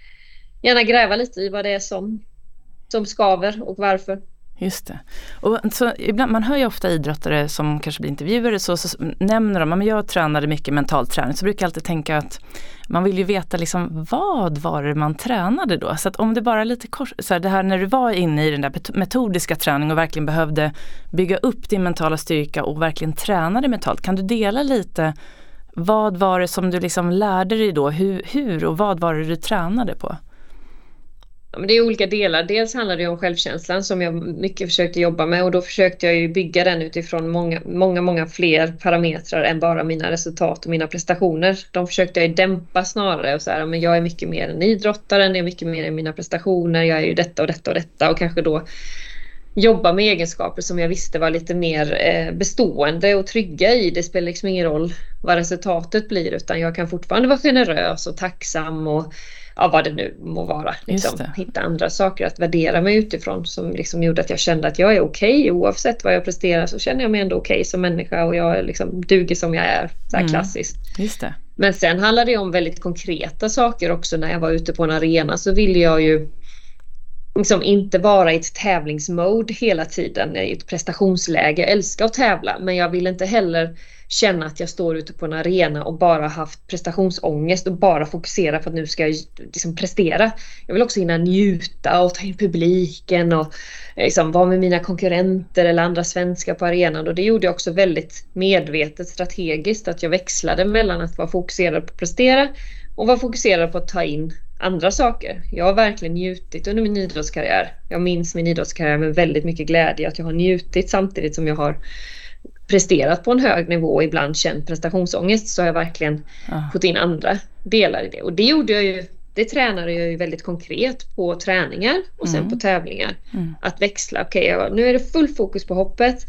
gärna gräva lite i vad det är som som skaver och varför. Just det. Och så ibland, man hör ju ofta idrottare som kanske blir intervjuare så, så nämner de att jag tränade mycket mental träning, så brukar jag alltid tänka att man vill ju veta liksom, vad var det man tränade då? Så att om det bara är lite kort, så här, det här när du var inne i den där metodiska träningen och verkligen behövde bygga upp din mentala styrka och verkligen träna dig mentalt, kan du dela lite, vad var det som du liksom lärde dig då? Hur, hur och vad var det du tränade på? Ja, men det är olika delar. Dels handlar det om självkänslan som jag mycket försökte jobba med, och då försökte jag ju bygga den utifrån många, många, många fler parametrar än bara mina resultat och mina prestationer. De försökte jag ju dämpa snarare och så här, men jag är mycket mer än idrottaren, jag är mycket mer än mina prestationer, jag är ju detta och detta och detta, och kanske då jobba med egenskaper som jag visste var lite mer eh, bestående och trygga i. Det spelar liksom ingen roll vad resultatet blir, utan jag kan fortfarande vara generös och tacksam och ja, vad det nu må vara. Liksom. Hitta andra saker att värdera mig utifrån som liksom gjorde att jag kände att jag är okej. Okay. Oavsett vad jag presterar så känner jag mig ändå okej okay som människa, och jag liksom duger som jag är. Så här mm. klassiskt. Just det. Men sen handlar det om väldigt konkreta saker också. När jag var ute på en arena så ville jag ju liksom inte vara i ett tävlingsmode hela tiden, i ett prestationsläge. Jag älskar att tävla, men jag vill inte heller känna att jag står ute på en arena och bara haft prestationsångest och bara fokusera på att nu ska jag liksom prestera. Jag vill också hinna njuta och ta in publiken och liksom vara med mina konkurrenter eller andra svenskar på arenan. Och det gjorde jag också väldigt medvetet, strategiskt, att jag växlade mellan att vara fokuserad på att prestera och vara fokuserad på att ta in andra saker. Jag har verkligen njutit under min idrottskarriär. Jag minns min idrottskarriär med väldigt mycket glädje, att jag har njutit samtidigt som jag har presterat på en hög nivå och ibland känt prestationsångest, så har jag verkligen ah. fått in andra delar i det. Och det gjorde jag ju, det tränade jag ju väldigt konkret på träningar och sen mm. på tävlingar. Mm. Att växla, okej, okay, nu är det full fokus på hoppet.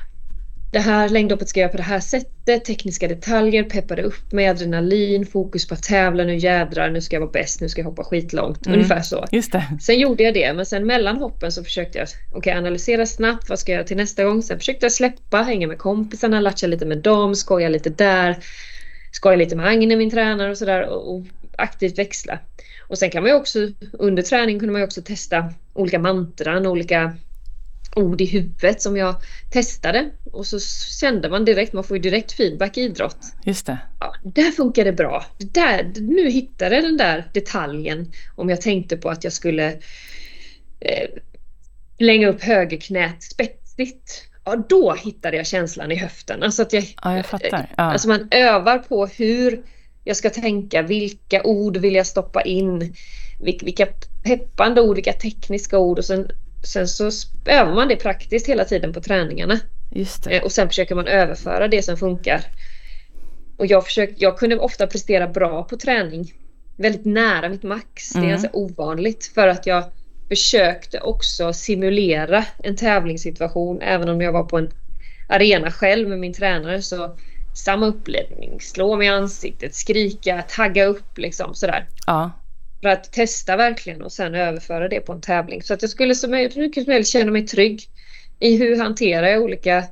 Det här längdhoppet ska jag göra på det här sättet, tekniska detaljer, peppade upp med adrenalin, fokus på att tävla, nu jädrar, nu ska jag vara bäst, nu ska jag hoppa skitlångt, mm. ungefär så. Just det. Sen gjorde jag det, men sen mellan hoppen så försökte jag okay, analysera snabbt, vad ska jag göra till nästa gång? Sen försökte jag släppa, hänga med kompisarna, latcha lite med dem, skoja lite där, skoja lite med Agne, min tränare och sådär, och, och aktivt växla. Och sen kan man ju också, under träning kunde man ju också testa olika mantran, olika ord i huvudet som jag testade. Och så kände man direkt, man får ju direkt feedback i idrott. Just det. Ja, där funkar det bra. Det där, nu hittade jag den där detaljen. Om jag tänkte på att jag skulle eh, länga upp högerknät spetsigt. Ja, då hittade jag känslan i höften. Alltså att jag, ja, jag fattar. Ja. Alltså man övar på hur jag ska tänka. Vilka ord vill jag stoppa in? Vilka peppande ord, vilka tekniska ord. Och sen, sen så övar man det praktiskt hela tiden på träningarna. Just det. Och sen försöker man överföra det som funkar. Och jag, försöker, jag kunde ofta prestera bra på träning. Väldigt nära mitt max. Mm. Det är ganska ovanligt för att jag försökte också simulera en tävlingssituation. Även om jag var på en arena själv med min tränare, så samma uppläggning. Slå mig i ansiktet, skrika, tagga upp liksom sådär. Ja. För att testa verkligen och sen överföra det på en tävling. Så att jag skulle så mycket som möjligt känna mig trygg i hur hanterar jag olika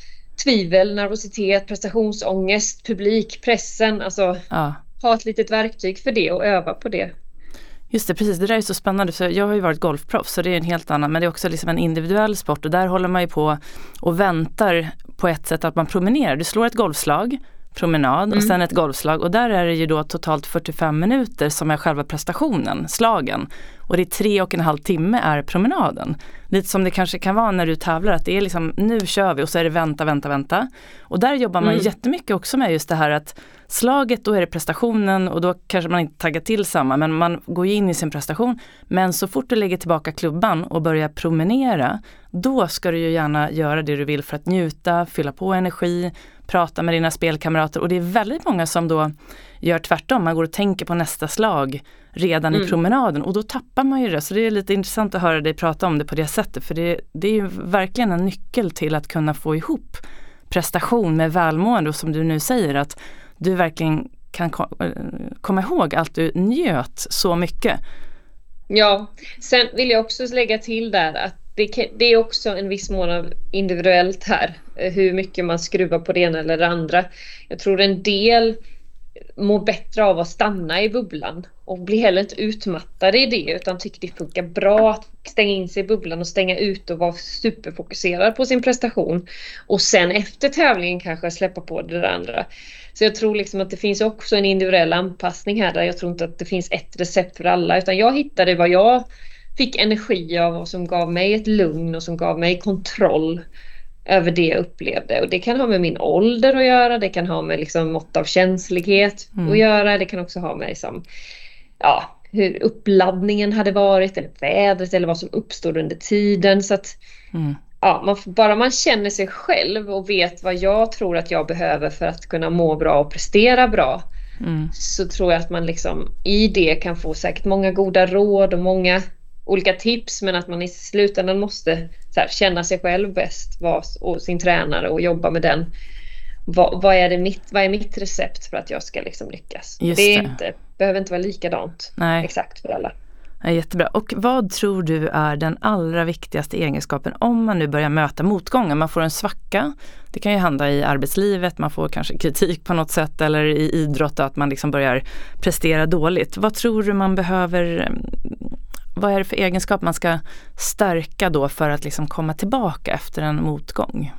tvivel, nervositet, prestationsångest, publik, pressen. Alltså ja. Ha ett litet verktyg för det och öva på det. Just det, precis. Det där är så spännande. Så jag har ju varit golfproffs, så det är en helt annan. Men det är också liksom en individuell sport. Och där håller man ju på och väntar på ett sätt att man promenerar. Du slår ett golfslag, promenad mm. och sen ett golfslag. Och där är det ju då totalt fyrtiofem minuter som är själva prestationen, slagen. Och det är tre och en halv timme är promenaden. Lite som det kanske kan vara när du tävlar, att det är liksom, nu kör vi och så är det vänta, vänta, vänta. Och där jobbar man mm. jättemycket också med just det här att slaget, då är det prestationen och då kanske man inte taggar till samma, men man går in i sin prestation. Men så fort du lägger tillbaka klubban och börjar promenera, då ska du ju gärna göra det du vill för att njuta, fylla på energi, prata med dina spelkamrater. Och det är väldigt många som då gör tvärtom. Man går och tänker på nästa slag redan mm. i promenaden och då tappar man ju det. Så det är lite intressant att höra dig prata om det på det sättet. För det, det är ju verkligen en nyckel till att kunna få ihop prestation med välmående. Och som du nu säger, att du verkligen kan komma ihåg att du njöt så mycket. Ja, sen vill jag också lägga till där att det, det är också en viss mån av individuellt här. Hur mycket man skruvar på det ena eller det andra. Jag tror en del mår bättre av att stanna i bubblan och bli heller inte utmattade i det, utan tycker det funkar bra att stänga in sig i bubblan och stänga ut och vara superfokuserad på sin prestation och sen efter tävlingen kanske släppa på det där andra. Så jag tror liksom att det finns också en individuell anpassning här, där jag tror inte att det finns ett recept för alla, utan jag hittade vad jag fick energi av och som gav mig ett lugn och som gav mig kontroll över det jag upplevde. Och det kan ha med min ålder att göra. Det kan ha med liksom mått av känslighet mm. att göra. Det kan också ha med liksom, ja, hur uppladdningen hade varit, eller vädret, eller vad som uppstod under tiden. Så att mm. ja, man, bara man känner sig själv och vet vad jag tror att jag behöver för att kunna må bra och prestera bra, mm. så tror jag att man liksom i det kan få säkert många goda råd och många olika tips, men att man i slutändan måste så här, känna sig själv bäst vad, och sin tränare och jobba med den. Vad, vad, är det mitt, vad är mitt recept för att jag ska liksom lyckas? Just det är det. Inte, behöver inte vara likadant. Nej. Exakt för alla. Ja, jättebra. Och vad tror du är den allra viktigaste egenskapen om man nu börjar möta motgångar? Man får en svacka. Det kan ju hända i arbetslivet. Man får kanske kritik på något sätt, eller i idrott att man liksom börjar prestera dåligt. Vad tror du man behöver... Vad är det för egenskap man ska stärka då för att liksom komma tillbaka efter en motgång?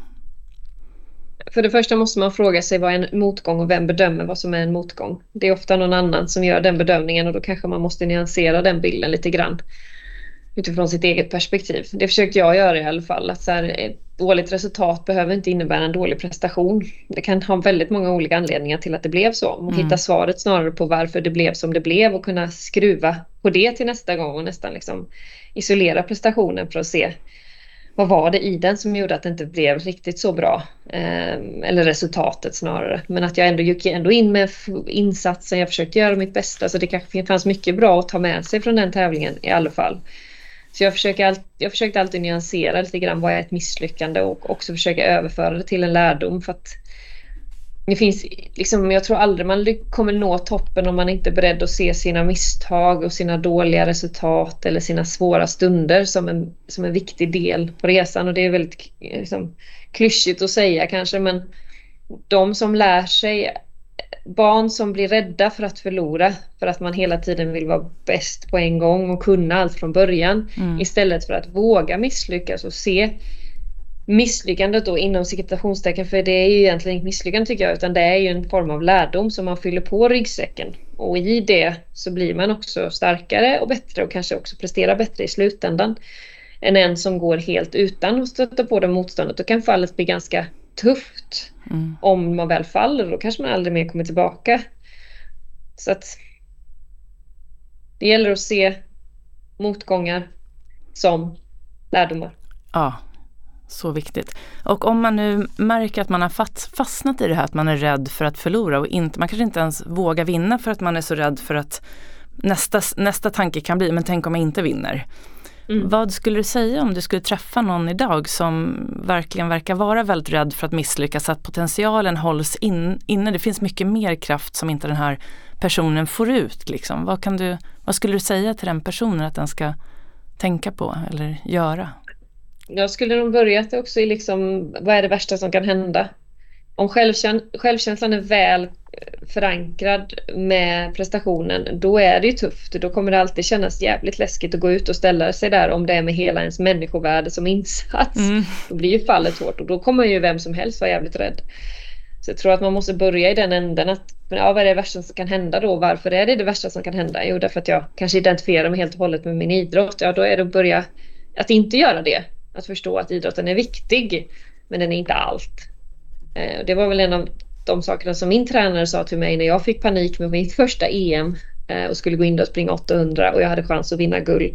För det första måste man fråga sig vad är en motgång och vem bedömer vad som är en motgång. Det är ofta någon annan som gör den bedömningen och då kanske man måste nyansera den bilden lite grann utifrån sitt eget perspektiv. Det försökte jag göra i alla fall. Att så här, ett dåligt resultat behöver inte innebära en dålig prestation. Det kan ha väldigt många olika anledningar till att det blev så. Och mm. hitta svaret snarare på varför det blev som det blev och kunna skruva på det till nästa gång och nästan liksom isolera prestationen för att se vad var det i den som gjorde att det inte blev riktigt så bra. Eh, eller resultatet snarare. Men att jag ändå gick ändå in med insatsen. Jag försökte göra mitt bästa. Så det kanske fanns mycket bra att ta med sig från den tävlingen i alla fall. Så jag, försöker all, jag försökte alltid nyansera lite grann vad är ett misslyckande och också försöka överföra det till en lärdom. För att det finns, liksom, jag tror aldrig man kommer nå toppen om man inte är beredd att se sina misstag och sina dåliga resultat eller sina svåra stunder som en, som en viktig del på resan. Och det är väldigt liksom, klyschigt att säga kanske, men de som lär sig barn som blir rädda för att förlora för att man hela tiden vill vara bäst på en gång och kunna allt från början mm. istället för att våga misslyckas och se misslyckandet då inom citationstecken, för det är ju egentligen inget misslyckande tycker jag, utan det är ju en form av lärdom som man fyller på ryggsäcken, och i det så blir man också starkare och bättre och kanske också presterar bättre i slutändan än en som går helt utan att stöta på det motståndet. Då kan fallet bli ganska tufft mm. om man väl faller, då kanske man aldrig mer kommer tillbaka. Så att det gäller att se motgångar som lärdomar. Ja, så viktigt. Och om man nu märker att man har fastnat i det här, att man är rädd för att förlora och inte, man kanske inte ens vågar vinna för att man är så rädd för att nästa, nästa tanke kan bli, men tänk om jag inte vinner. Mm. Vad skulle du säga om du skulle träffa någon idag som verkligen verkar vara väldigt rädd för att misslyckas, att potentialen hålls in, inne, det finns mycket mer kraft som inte den här personen får ut liksom. Vad kan du, vad skulle du säga till den personen att den ska tänka på eller göra? Jag skulle nog börja också i liksom, vad är det värsta som kan hända? Om självkäns- självkänslan är väl förankrad med prestationen, då är det ju tufft. Då kommer det alltid kännas jävligt läskigt att gå ut och ställa sig där om det är med hela ens människovärde som insats. Mm. Då blir ju fallet hårt och då kommer ju vem som helst vara jävligt rädd. Så jag tror att man måste börja i den änden att, ja, vad är det värsta som kan hända då? Varför är det det värsta som kan hända? Jo, därför att jag kanske identifierar mig helt och hållet med min idrott. Ja, då är det att börja att inte göra det. Att förstå att idrotten är viktig, men den är inte allt. Eh, det var väl en av de sakerna som min tränare sa till mig när jag fick panik med mitt första E M eh, och skulle gå in och springa åttahundra och jag hade chans att vinna guld.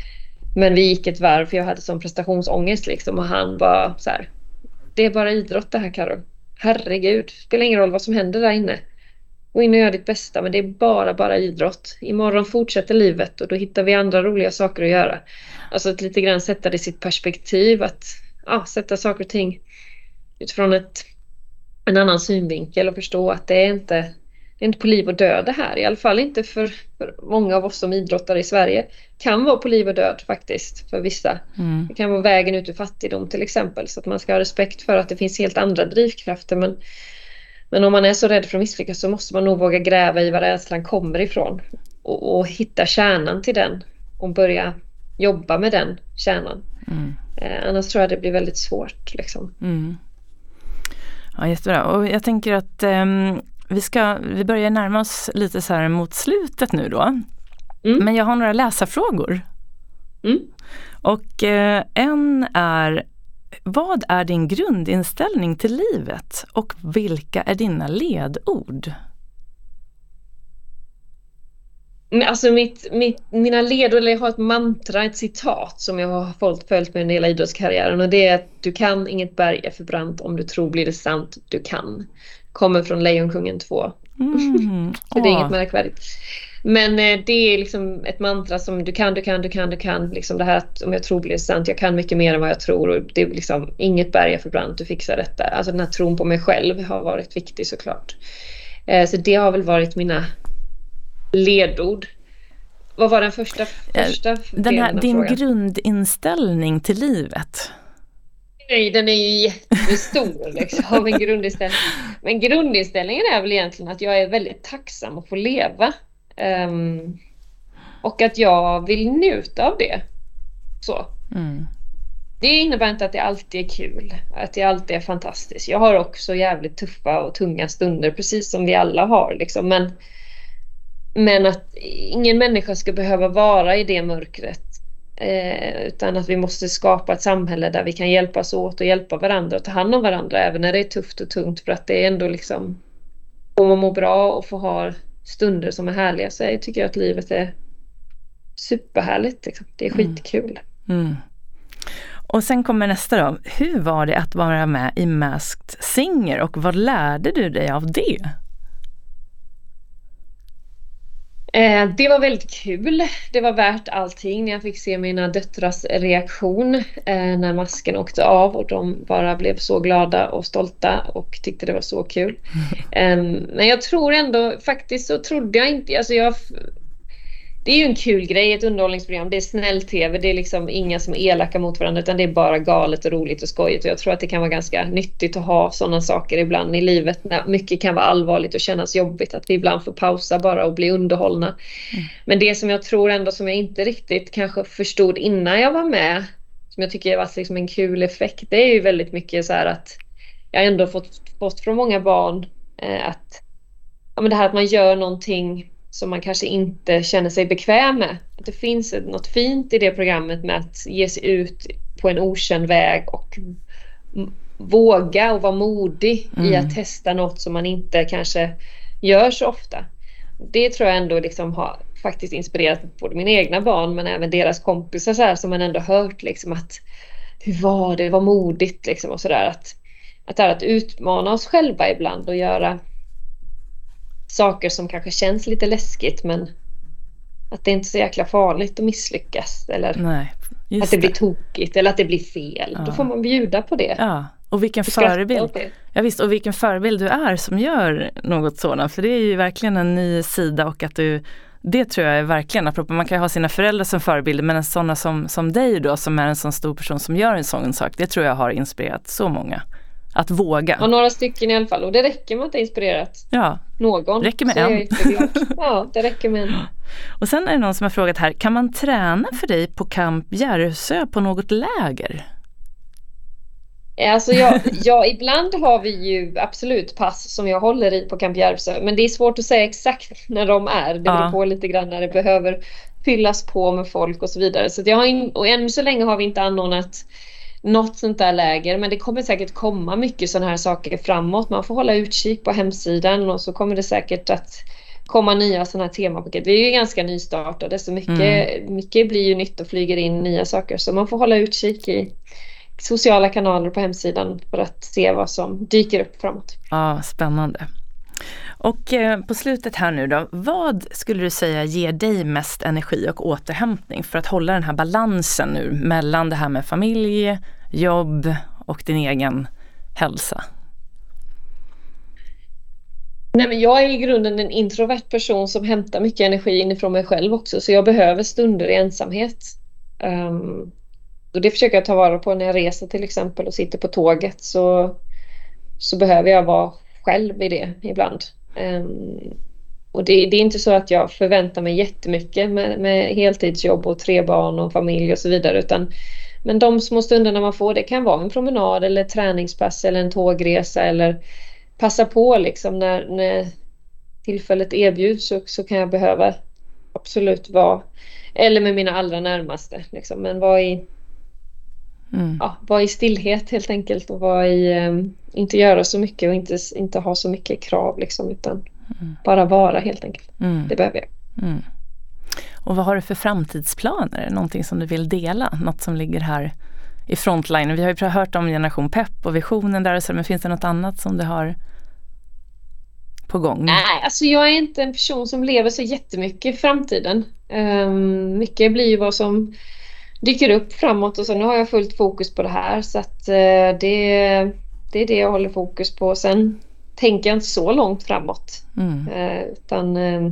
Men vi gick ett varv för jag hade sån prestationsångest liksom, och han var så här: det är bara idrott det här, Karo. Herregud, spelar ingen roll vad som händer där inne. Gå in och gör ditt bästa, men det är bara, bara idrott. Imorgon fortsätter livet och då hittar vi andra roliga saker att göra. Alltså att lite grann sätta det i sitt perspektiv, att ja, sätta saker och ting utifrån ett, en annan synvinkel och förstå att det är inte, det är inte på liv och död det här. I alla fall inte för, för många av oss som idrottar i Sverige. Kan vara på liv och död faktiskt för vissa. Mm. Det kan vara vägen ut ur fattigdom till exempel. Så att man ska ha respekt för att det finns helt andra drivkrafter. Men, men om man är så rädd för att misslyckas så måste man nog våga gräva i var rädslan kommer ifrån. Och, och hitta kärnan till den. Och börja jobba med den kärnan. Mm. Eh, annars tror jag det blir väldigt svårt liksom. Mm. Ja, jättebra. Och jag tänker att um, vi ska vi börjar närma oss lite så här mot slutet nu då. Mm. Men jag har några läsarfrågor. Mm. Och uh, en är: vad är din grundinställning till livet och vilka är dina ledord? Alltså mitt, mitt, mina ledord, eller jag har ett mantra, ett citat som jag har följt, följt med en hela idrottskarriären, och det är att du kan inget berg är för brant, om du tror blir det sant, du kan. Kommer från Lejonkungen två. Mm. Så det är inget märkvärdigt. Men eh, det är liksom ett mantra som du kan, du kan, du kan, du kan. Liksom det här att om jag tror blir det sant, jag kan mycket mer än vad jag tror, och det är liksom inget berg är för brant, du fixar detta. Alltså den här tron på mig själv har varit viktig såklart. Eh, så det har väl varit mina ledord. Vad var den första, första den här, din frågan? Grundinställning till livet. Nej, den är ju jättestor liksom, en grundinställning. Men grundinställningen är väl egentligen att jag är väldigt tacksam att få leva. Um, och att jag vill njuta av det. Så. Mm. Det innebär inte att det alltid är kul, att det alltid är fantastiskt. Jag har också jävligt tuffa och tunga stunder, precis som vi alla har liksom, men Men att ingen människa ska behöva vara i det mörkret. Eh, utan att vi måste skapa ett samhälle där vi kan hjälpas åt och hjälpa varandra och ta hand om varandra även när det är tufft och tungt. För att det är ändå liksom, om man mår bra och får ha stunder som är härliga, så jag tycker jag att livet är superhärligt. Liksom. Det är skitkul. Mm. Mm. Och sen kommer nästa då. Hur var det att vara med i Masked Singer och vad lärde du dig av det? Eh, det var väldigt kul. Det var värt allting när jag fick se mina döttrars reaktion eh, när masken åkte av och de bara blev så glada och stolta och tyckte det var så kul. Eh, men jag tror ändå, faktiskt så trodde jag inte, alltså jag, det är ju en kul grej, ett underhållningsprogram. Det är snäll tv, det är liksom inga som är elaka mot varandra, utan det är bara galet och roligt och skojigt. Och jag tror att det kan vara ganska nyttigt att ha sådana saker ibland i livet när mycket kan vara allvarligt och kännas jobbigt, att vi ibland får pausa bara och bli underhållna. Mm. Men det som jag tror ändå som jag inte riktigt kanske förstod innan jag var med, som jag tycker har varit liksom en kul effekt, det är ju väldigt mycket så här att jag ändå fått, fått från många barn eh, att ja, men det här att man gör någonting som man kanske inte känner sig bekväm med. Att det finns något fint i det programmet med att ge sig ut på en okänd väg och våga och vara modig mm. i att testa något som man inte kanske gör så ofta. Det tror jag ändå liksom har faktiskt inspirerat både mina egna barn men även deras kompisar så här, som man ändå hört liksom att hur var det, var modigt liksom och sådär. Att, att det är att utmana oss själva ibland och göra saker som kanske känns lite läskigt, men att det inte är så jäkla farligt att misslyckas eller Nej, att det blir tokigt eller att det blir fel. Ja. Då får man bjuda på det. Ja, och vilken förebild. Ja, visst, och vilken förebild du är som gör något sådant, för det är ju verkligen en ny sida och att du, det tror jag är verkligen, apropå man kan ju ha sina föräldrar som förebilder, men en sådana som, som dig då, som är en sån stor person som gör en sån sak, det tror jag har inspirerat så många. Att våga. Ja, några stycken i alla fall. Och det räcker med att det är inspirerat. Ja. Någon. Räcker med en. Ja, det räcker med en. Och sen är det någon som har frågat här. Kan man träna för dig på Camp Järvsö på något läger? Alltså jag, ja, ibland har vi ju absolut pass som jag håller i på Camp Järvsö. Men det är svårt att säga exakt när de är. Det beror ja. på lite grann när det behöver fyllas på med folk och så vidare. Så att jag har in, och än så länge har vi inte anordnat något sånt där läger, men det kommer säkert komma mycket sådana här saker framåt. Man får hålla utkik på hemsidan och så kommer det säkert att komma nya sådana här temapaket. Vi är ju ganska nystartade så mycket, mm. mycket blir ju nytt och flyger in nya saker, så man får hålla utkik i sociala kanaler på hemsidan för att se vad som dyker upp framåt. Ja, spännande. Och eh, på slutet här nu då, vad skulle du säga ger dig mest energi och återhämtning för att hålla den här balansen nu mellan det här med familj, jobb och din egen hälsa? Nej, men jag är i grunden en introvert person som hämtar mycket energi inifrån mig själv också, så jag behöver stunder i ensamhet. Um, och det försöker jag ta vara på när jag reser till exempel och sitter på tåget, så, så behöver jag vara själv i det ibland. Um, och det, det är inte så att jag förväntar mig jättemycket med, med heltidsjobb och tre barn och familj och så vidare, utan men de små stunderna man får, det kan vara en promenad eller ett träningspass eller en tågresa, eller passa på liksom när, när tillfället erbjuds, så, så kan jag behöva absolut vara, eller med mina allra närmaste liksom, men vara i Mm. Ja, vara i stillhet helt enkelt och vara i, um, inte göra så mycket och inte, inte ha så mycket krav liksom, utan mm. bara vara helt enkelt. Mm. Det behöver jag. Mm. Och vad har du för framtidsplaner? Någonting som du vill dela? Något som ligger här i frontline? Vi har ju hört om Generation Pepp och visionen där och så, men finns det något annat som du har på gång? Nej, alltså jag är inte en person som lever så jättemycket i framtiden. Um, mycket blir ju vad som dyker upp framåt, och så nu har jag fullt fokus på det här, så att uh, det, det är det jag håller fokus på. Sen tänker jag inte så långt framåt mm. uh, utan uh,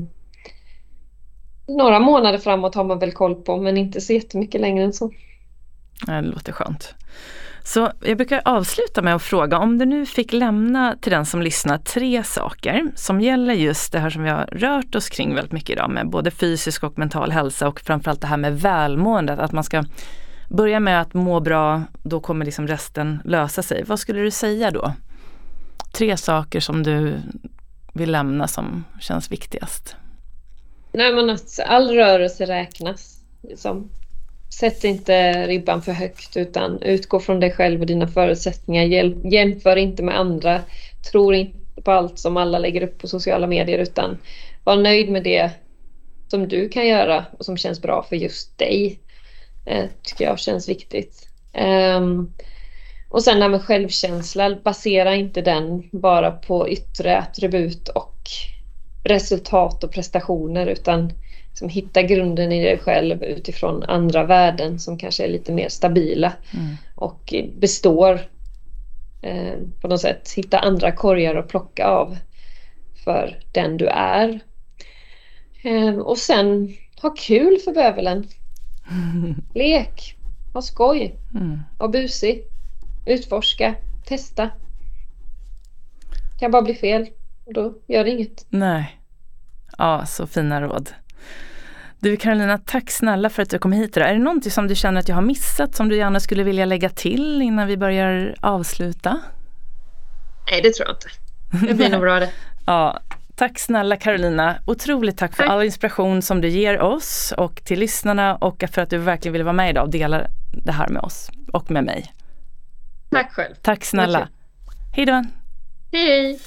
några månader framåt har man väl koll på, men inte så jättemycket längre än så. Ja, det låter skönt. Så jag brukar avsluta med att fråga, om du nu fick lämna till den som lyssnar tre saker som gäller just det här som vi har rört oss kring väldigt mycket idag, med både fysisk och mental hälsa, och framförallt det här med välmåendet, att man ska börja med att må bra, då kommer liksom resten lösa sig. Vad skulle du säga då? Tre saker som du vill lämna som känns viktigast. Nej, men att all rörelse räknas liksom. Sätt inte ribban för högt, utan utgå från dig själv och dina förutsättningar. Hjälp, jämför inte med andra. Tror inte på allt som alla lägger upp på sociala medier, utan var nöjd med det som du kan göra och som känns bra för just dig. Eh, tycker jag känns viktigt. Um, och sen här med självkänsla, basera inte den bara på yttre attribut och resultat och prestationer, utan som hitta grunden i dig själv utifrån andra värden som kanske är lite mer stabila mm. och består eh, på något sätt. Hitta andra korgar att plocka av för den du är. Eh, och sen ha kul för bövelen. Lek, ha skoj, Mm. ha busig, utforska, testa. Kan bara bli fel, då gör det inget. Nej. Ja, så fina råd. Du Carolina, tack snälla för att du kom hit idag. Är det någonting som du känner att jag har missat som du gärna skulle vilja lägga till innan vi börjar avsluta? Nej, det tror jag inte. Det blir nog bra det. Ja, tack snälla Carolina. Otroligt tack för Tack. all inspiration som du ger oss och till lyssnarna och för att du verkligen ville vara med idag och dela det här med oss och med mig. Tack själv. Tack snälla. Hej då. Hej!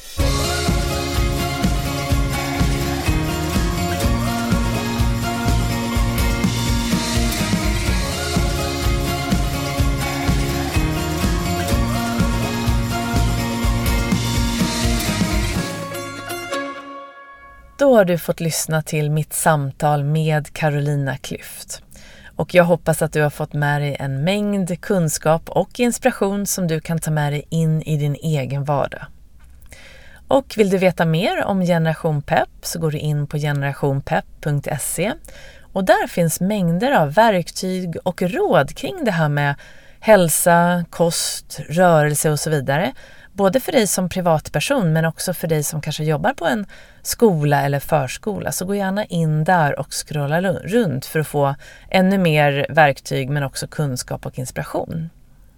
Då har du fått lyssna till mitt samtal med Carolina Klüft. Och jag hoppas att du har fått med dig en mängd kunskap och inspiration som du kan ta med dig in i din egen vardag. Och vill du veta mer om Generation Pepp så går du in på generation pepp punkt se. Och där finns mängder av verktyg och råd kring det här med hälsa, kost, rörelse och så vidare. Både för dig som privatperson men också för dig som kanske jobbar på en skola eller förskola. Så gå gärna in där och scrolla runt för att få ännu mer verktyg men också kunskap och inspiration.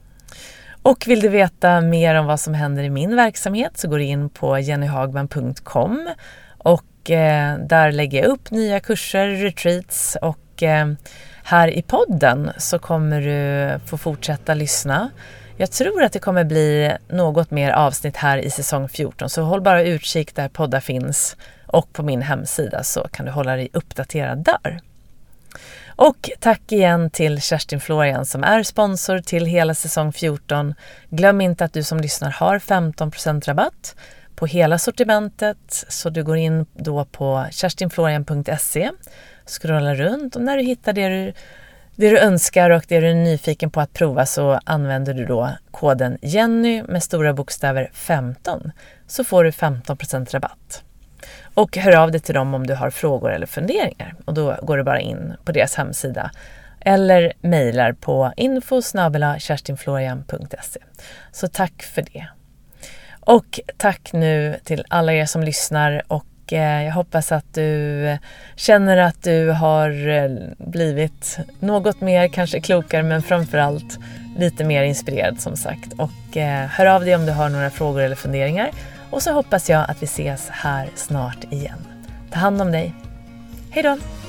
Och vill du veta mer om vad som händer i min verksamhet så går du in på jenny hagman punkt com och eh, där lägger jag upp nya kurser, retreats och eh, här i podden så kommer du få fortsätta lyssna. Jag tror att det kommer bli något mer avsnitt här i säsong fjorton så håll bara utkik där poddar finns och på min hemsida så kan du hålla dig uppdaterad där. Och tack igen till Kerstin Florian som är sponsor till hela säsong fjorton. Glöm inte att du som lyssnar har femton procent rabatt på hela sortimentet så du går in då på kerstin florian punkt se, scrollar runt och när du hittar det du, det du önskar och det du är nyfiken på att prova så använder du då koden Jenny med stora bokstäver femton så får du femton procent rabatt. Och hör av dig till dem om du har frågor eller funderingar. Och då går du bara in på deras hemsida. Eller mejlar på info snabel-a kerstin florian punkt se. Så tack för det. Och tack nu till alla er som lyssnar. Och eh, jag hoppas att du känner att du har blivit något mer, kanske klokare. Men framförallt lite mer inspirerad som sagt. Och eh, hör av dig om du har några frågor eller funderingar. Och så hoppas jag att vi ses här snart igen. Ta hand om dig. Hej då!